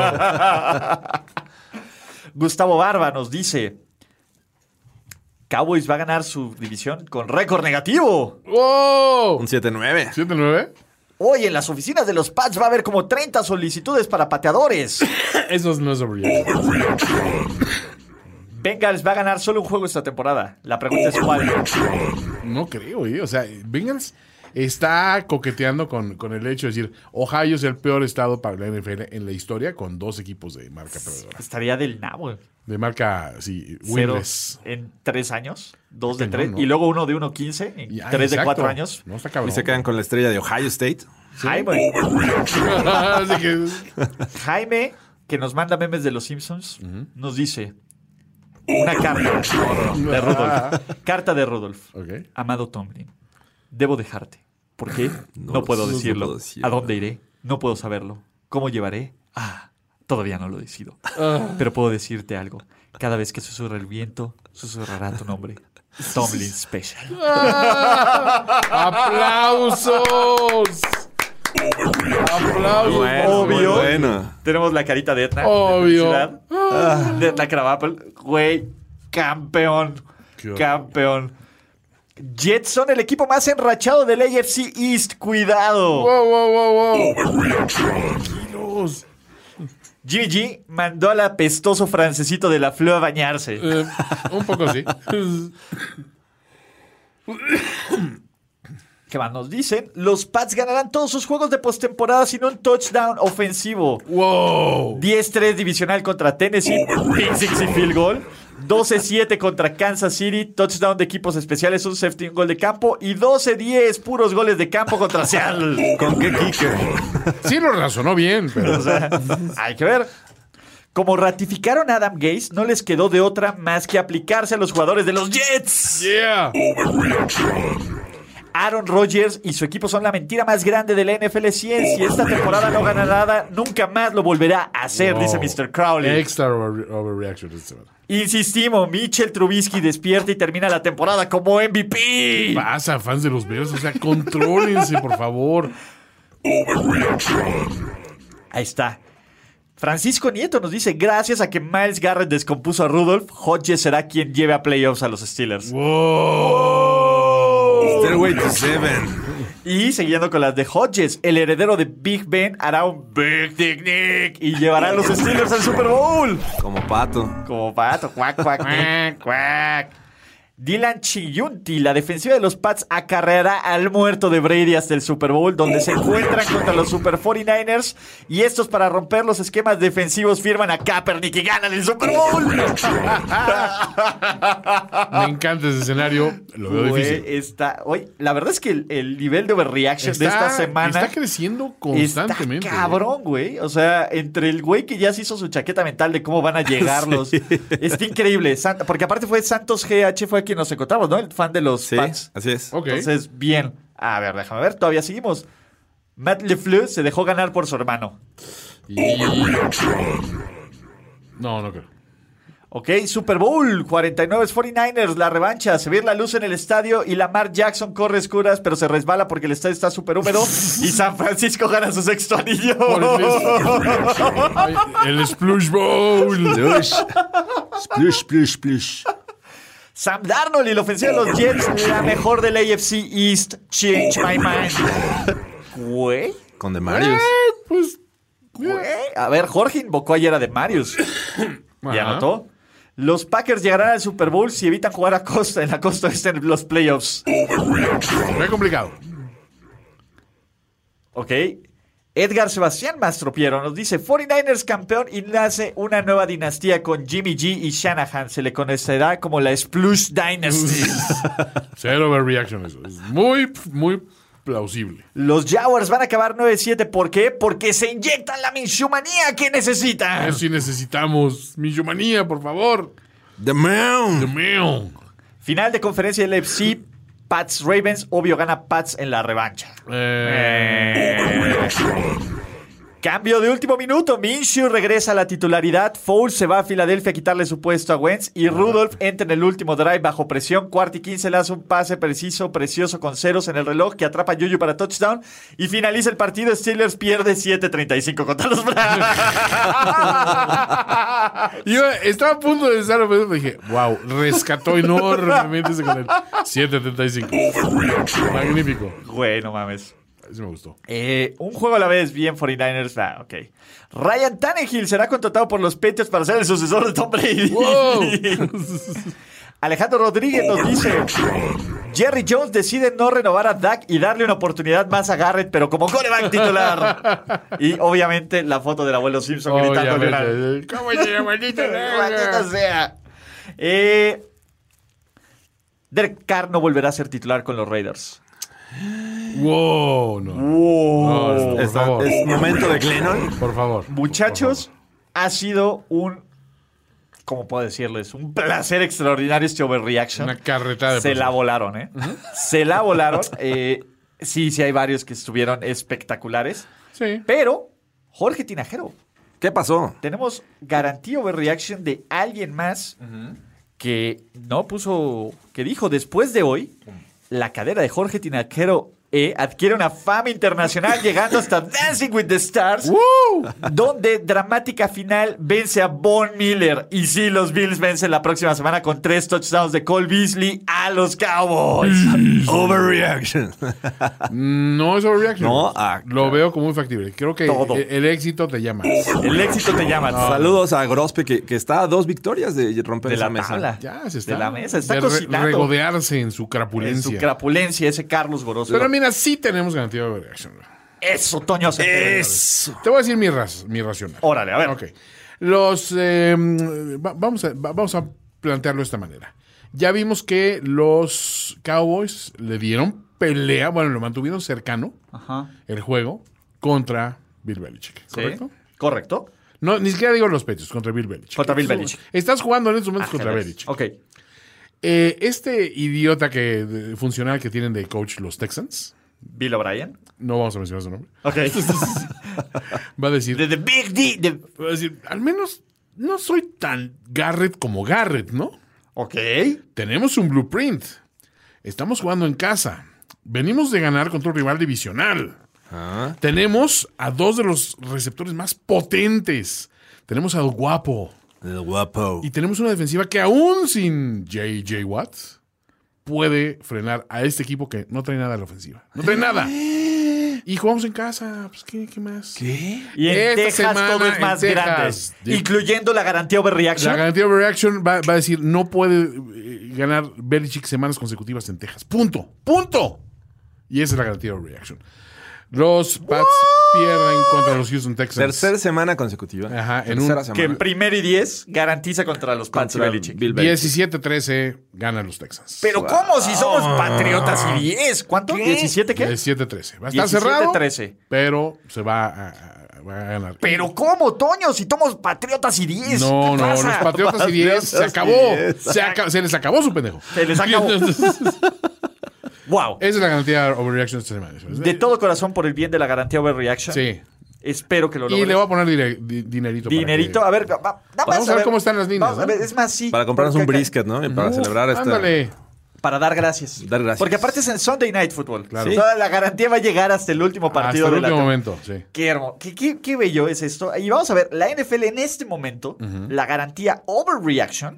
Gustavo Barba nos dice: Cowboys va a ganar su división con récord negativo. wow. Un siete nueve. ¿siete nueve? Hoy en las oficinas de los Pats va a haber como treinta solicitudes para pateadores. Eso no es overreaction. Bengals va a ganar solo un juego esta temporada. La pregunta es cuál. No creo, ¿eh? O sea, Bengals está coqueteando con, con el hecho de decir, Ohio es el peor estado para la N F L en la historia con dos equipos de marca perdedora. Estaría del nabo. De marca, sí, Cero winless. en tres años. Dos de No, tres. no. Y luego uno de uno quince. En Y- ah, tres de exacto. cuatro años. No está cabrón. Y se quedan con la estrella de Ohio State. Jaime, Así que, Jaime, que nos manda memes de los Simpsons, nos dice una carta de Rudolph. Carta de Rudolph. ok. Amado Tomlin, debo dejarte. ¿Por qué? No, No, puedo no se decirlo. puede decir. ¿A dónde iré? No puedo saberlo. ¿Cómo llevaré? Ah, todavía no lo decido. Pero puedo decirte algo. Cada vez que susurra el viento, susurrará tu nombre. Tomlin Special. ¡Aplausos! ¡Aplausos! Bueno, Obvio. muy bueno. Tenemos la carita de Etna. Obvio. De felicidad. De Etna Krabappel. Güey, campeón. Qué horror. Campeón. Jets son el equipo más enrachado del A F C East. Cuidado. ¡Wow, wow, wow, wow! Tranquilos. Jimmy G mandó al apestoso francesito de la F L U a bañarse. Eh, un poco sí. ¿Qué más nos dicen? Los Pats ganarán todos sus juegos de postemporada sin un touchdown ofensivo. ¡Wow! diez tres divisional contra Tennessee, pick six y field goal. doce siete contra Kansas City, touchdown de equipos especiales, un safety, un gol de campo. Y doce diez puros goles de campo contra Seattle. ¿Con qué kicker? Sí lo razonó bien, pero... O sea, hay que ver. Como ratificaron a Adam Gase, no les quedó de otra más que aplicarse a los jugadores de los Jets. ¡Yeah! Aaron Rodgers y su equipo son la mentira más grande de la N F L cien. Si esta temporada no gana nada, nunca más lo volverá a hacer, Wow. dice mister Crowley. Extra over- overreaction esta semana. Insistimos, Mitchell Trubisky despierta y termina la temporada como M V P. ¿Qué pasa, fans de los Bears? O sea, contrólense, por favor. Ahí está. Francisco Nieto nos dice, gracias a que Myles Garrett descompuso a Rudolph, Hodges será quien lleve a playoffs a los Steelers. ¡Wow! Stairway to Seven. Y siguiendo con las de Hodges, el heredero de Big Ben hará un Big Dick Nick y llevará a los Steelers al Super Bowl. Como pato. Como pato, cuac, cuac, cuac, cuac. Dylan Chiyunti, la defensiva de los Pats, acarreará al muerto de Brady hasta el Super Bowl, donde se encuentran contra los Super cuarenta y nueve ers. Y estos, para romper los esquemas defensivos, firman a Kaepernick y ganan el Super Bowl. Me encanta ese escenario. Lo veo Güey, difícil. está, oye, la verdad es que el, el nivel de overreaction de esta semana está creciendo constantemente. está cabrón, güey. O sea, entre el güey que ya se hizo su chaqueta mental de cómo van a llegar los... Está increíble. Sant- porque aparte fue Santos G H, fue quien nos encontramos, ¿no? El fan de los Sí, Pats. así es. Ok. Entonces, bien. A ver, déjame ver. Todavía seguimos. Matt LeFleur se dejó ganar por su hermano. Y... No, no creo. Ok, Super Bowl, cuarenta y nueve cuarenta y nueve ers, la revancha. Se ve la luz en el estadio y Lamar Jackson corre escuras, pero se resbala porque el estadio está súper húmedo. Y San Francisco gana su sexto anillo. Por el, Ay, el Splush Bowl. Splush. Splush, splush, splush. Sam Darnold y la ofensiva de los Jets, la mejor del A F C East. Change my mind. Güey, Con de Marius. Pues... güey. A ver, Jorge invocó ayer a de Marius. ¿Y Ajá. anotó? Los Packers llegarán al Super Bowl si evitan jugar a costa, en la costa oeste en los playoffs. Muy complicado. Ok. Edgar Sebastián Mastropiero nos dice cuarenta y nueve ers campeón y nace una nueva dinastía con Jimmy G y Shanahan. Se le conocerá como la Splush Dynasty. Cero overreaction eso. Es muy, muy plausible. Los Jaguars van a acabar nueve siete. ¿Por qué? Porque se inyectan la minshumanía que necesitan. Eso sí necesitamos. Millomanía, por favor. The Mound. The Mail. Final de conferencia del A F C. Pats Ravens. Obvio gana Pats en la revancha. Eh, Cambio de último minuto. Minshew regresa a la titularidad. Foles se va a Filadelfia a quitarle su puesto a Wentz. Y Rudolph entra en el último drive bajo presión. Cuarto y quince le hace un pase preciso, precioso con ceros en el reloj que atrapa a Juju para touchdown. Y finaliza el partido. Steelers pierde siete treinta y cinco contra los Browns. Yo estaba a punto de estar, pero dije, wow, rescató enormemente ese con el siete setenta y cinco. Magnífico. Güey, no mames. Eso me gustó. Eh, un juego a la vez, bien cuarenta y nueve ers. Ah, ok. Ryan Tannehill será contratado por los Patriots para ser el sucesor de Tom Brady. Wow. Alejandro Rodríguez nos dice: Jerry Jones decide no renovar a Dak y darle una oportunidad más a Garrett, pero como quarterback titular. Y obviamente la foto del abuelo Simpson gritando. Obviamente. ¿Cómo se llama, maldito? Maldito sea. Eh, Derek Carr no volverá a ser titular con los Raiders. Wow, no. Wow. No, no, por Está- favor. es momento de Glennon. Por favor. Muchachos, ha sido un, ¿cómo puedo decirles? Un placer extraordinario este overreaction. Una carretada de Se la personas. volaron, ¿eh? Se la volaron. Eh, sí, sí hay varios que estuvieron espectaculares. Sí. Pero, Jorge Tinajero, ¿Qué pasó? tenemos garantía overreaction de alguien más que no puso, que dijo después de hoy, la cadera de Jorge Tinajero E adquiere una fama internacional llegando hasta Dancing with the Stars, donde dramática final vence a Von Miller. Y sí, los Bills vencen la próxima semana con tres touchdowns de Cole Beasley a los Cowboys. Overreaction. No es overreaction. No, ah, Lo veo como muy factible. Creo que Todo. el, el éxito te llama. El éxito te llama. Saludos a Grospe, que, que está a dos victorias de romper De esa la mesa. tabla. Ya se está. De la mesa. Está de re- cocinando. regodearse en su En crapulencia. su crapulencia, ese Carlos Goroso. Pero mira, sí tenemos garantía de overreaction. Eso, Toño. Cepeda. Eso. Te voy a decir mi, raz- mi racional. Órale, a ver. Ok. Los. eh, va- vamos, a, va- vamos a plantearlo de esta manera. Ya vimos que los Cowboys le dieron pelea, bueno, lo mantuvieron cercano Ajá. el juego contra Bill Belichick. Sí. ¿Correcto? Correcto. No, ni siquiera digo los Patriots, contra Bill Belichick. Contra Bill Belichick. Estás jugando en estos momentos contra Ajedrez. Belichick. Ok. Eh, este idiota que de- funcional que tienen de coach los Texans, Bill O'Brien. no vamos a mencionar su nombre, Ok. va a decir, De The Big D. de- va a decir, al menos no soy tan Garrett como Garrett, ¿no? Ok. Tenemos un blueprint. Estamos jugando en casa. Venimos de ganar contra un rival divisional. Ah. Tenemos a dos de los receptores más potentes. Tenemos al guapo. El guapo. Y tenemos una defensiva que aún sin J J Watt puede frenar a este equipo que no trae nada a la ofensiva. No trae nada. Y jugamos en casa. Pues, ¿qué, qué más? ¿Qué? Y en Esta Texas semana todo es en más Texas. grande. Incluyendo la garantía overreaction. La garantía overreaction va, va a decir, no puede eh, ganar Belichick semanas consecutivas en Texas. Punto. Punto. Y esa es la garantía overreaction. Los Pats pierden contra los Houston Texans. Tercera semana consecutiva. Ajá, en Tercera un- semana. que en primero y diez garantiza contra los Pats y Contra Belichick. Bill Belichick. diecisiete trece ganan los Texans. Pero ¿cómo? Si somos patriotas y diez. ¿Cuánto? ¿diecisiete qué? diecisiete trece. Va a estar diecisiete cerrado, trece. pero se va a, a- va a ganar. Pero ¿cómo, Toño? Si somos patriotas y diez. No, ¿Qué no, pasa? los Patriotas y diez se Patriotas y acabó. diez. Se, aca- se les acabó su pendejo. Se les acabó. Wow. Esa es la garantía overreaction esta semana. De todo corazón, por el bien de la garantía overreaction. Sí. Espero que lo Y logres. le voy a poner dire- di- dinerito. para Dinerito. que- A ver, va- va- nada más. Vamos a ver cómo están las líneas, Vamos a ¿no? ver, es más, sí. Para comprarnos un Porque- brisket, ¿no? Y para Uf, celebrar esta. Ándale. Para dar gracias. Dar gracias. Porque aparte es en Sunday Night Football. Claro. Sí. Toda la garantía va a llegar hasta el último partido Hasta el de la último tem- momento, sí. Qué hermoso. Qué, qué- qué bello es esto. Y vamos a ver, la N F L en este momento, la garantía overreaction,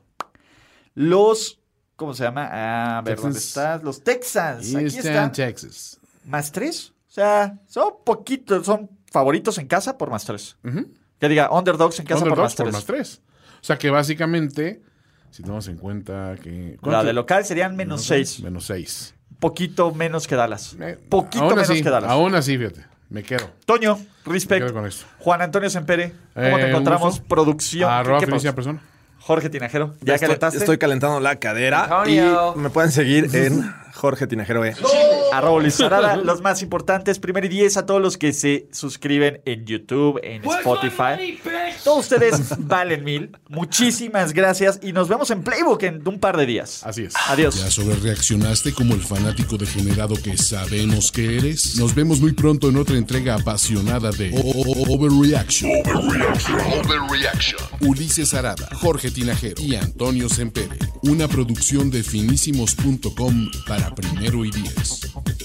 los, ¿cómo se llama? Ah, a ver, ¿dónde Texans. estás? Los Texans. Aquí Houston, están. Texas. Más tres. O sea, son poquitos, son favoritos en casa por más tres. Que diga, underdogs en casa Underdogs por por más más tres. tres. O sea que básicamente, si tomamos en cuenta que... La ¿cuánto? de local serían menos seis. Menos seis. Poquito menos que Dallas. Eh, Poquito aún menos así, que Dallas. Aún así, fíjate. Me quedo. Toño, Me respect. quedo con esto. Juan Antonio Sempere, ¿cómo Eh, te un encontramos? gusto. Producción. Arroba ¿Qué- qué Felicia pasa? persona. Jorge Tinajero, ¿ya estoy, calentaste? estoy calentando la cadera. Antonio. Y me pueden seguir en Jorge Tinajero E. Arroba Luis Arada, los más importantes, primero y diez a todos los que se suscriben en YouTube, en Spotify. Todos ustedes valen mil. Muchísimas gracias y nos vemos en Playbook en un par de días. Así es. Adiós. ¿Ya sobrereaccionaste como el fanático degenerado que sabemos que eres? Nos vemos muy pronto en otra entrega apasionada de O- O- O- Overreaction. Overreaction. Ulises Arada, Jorge Tinajero y Antonio Sempere. Una producción de finísimos punto com para primero y diez.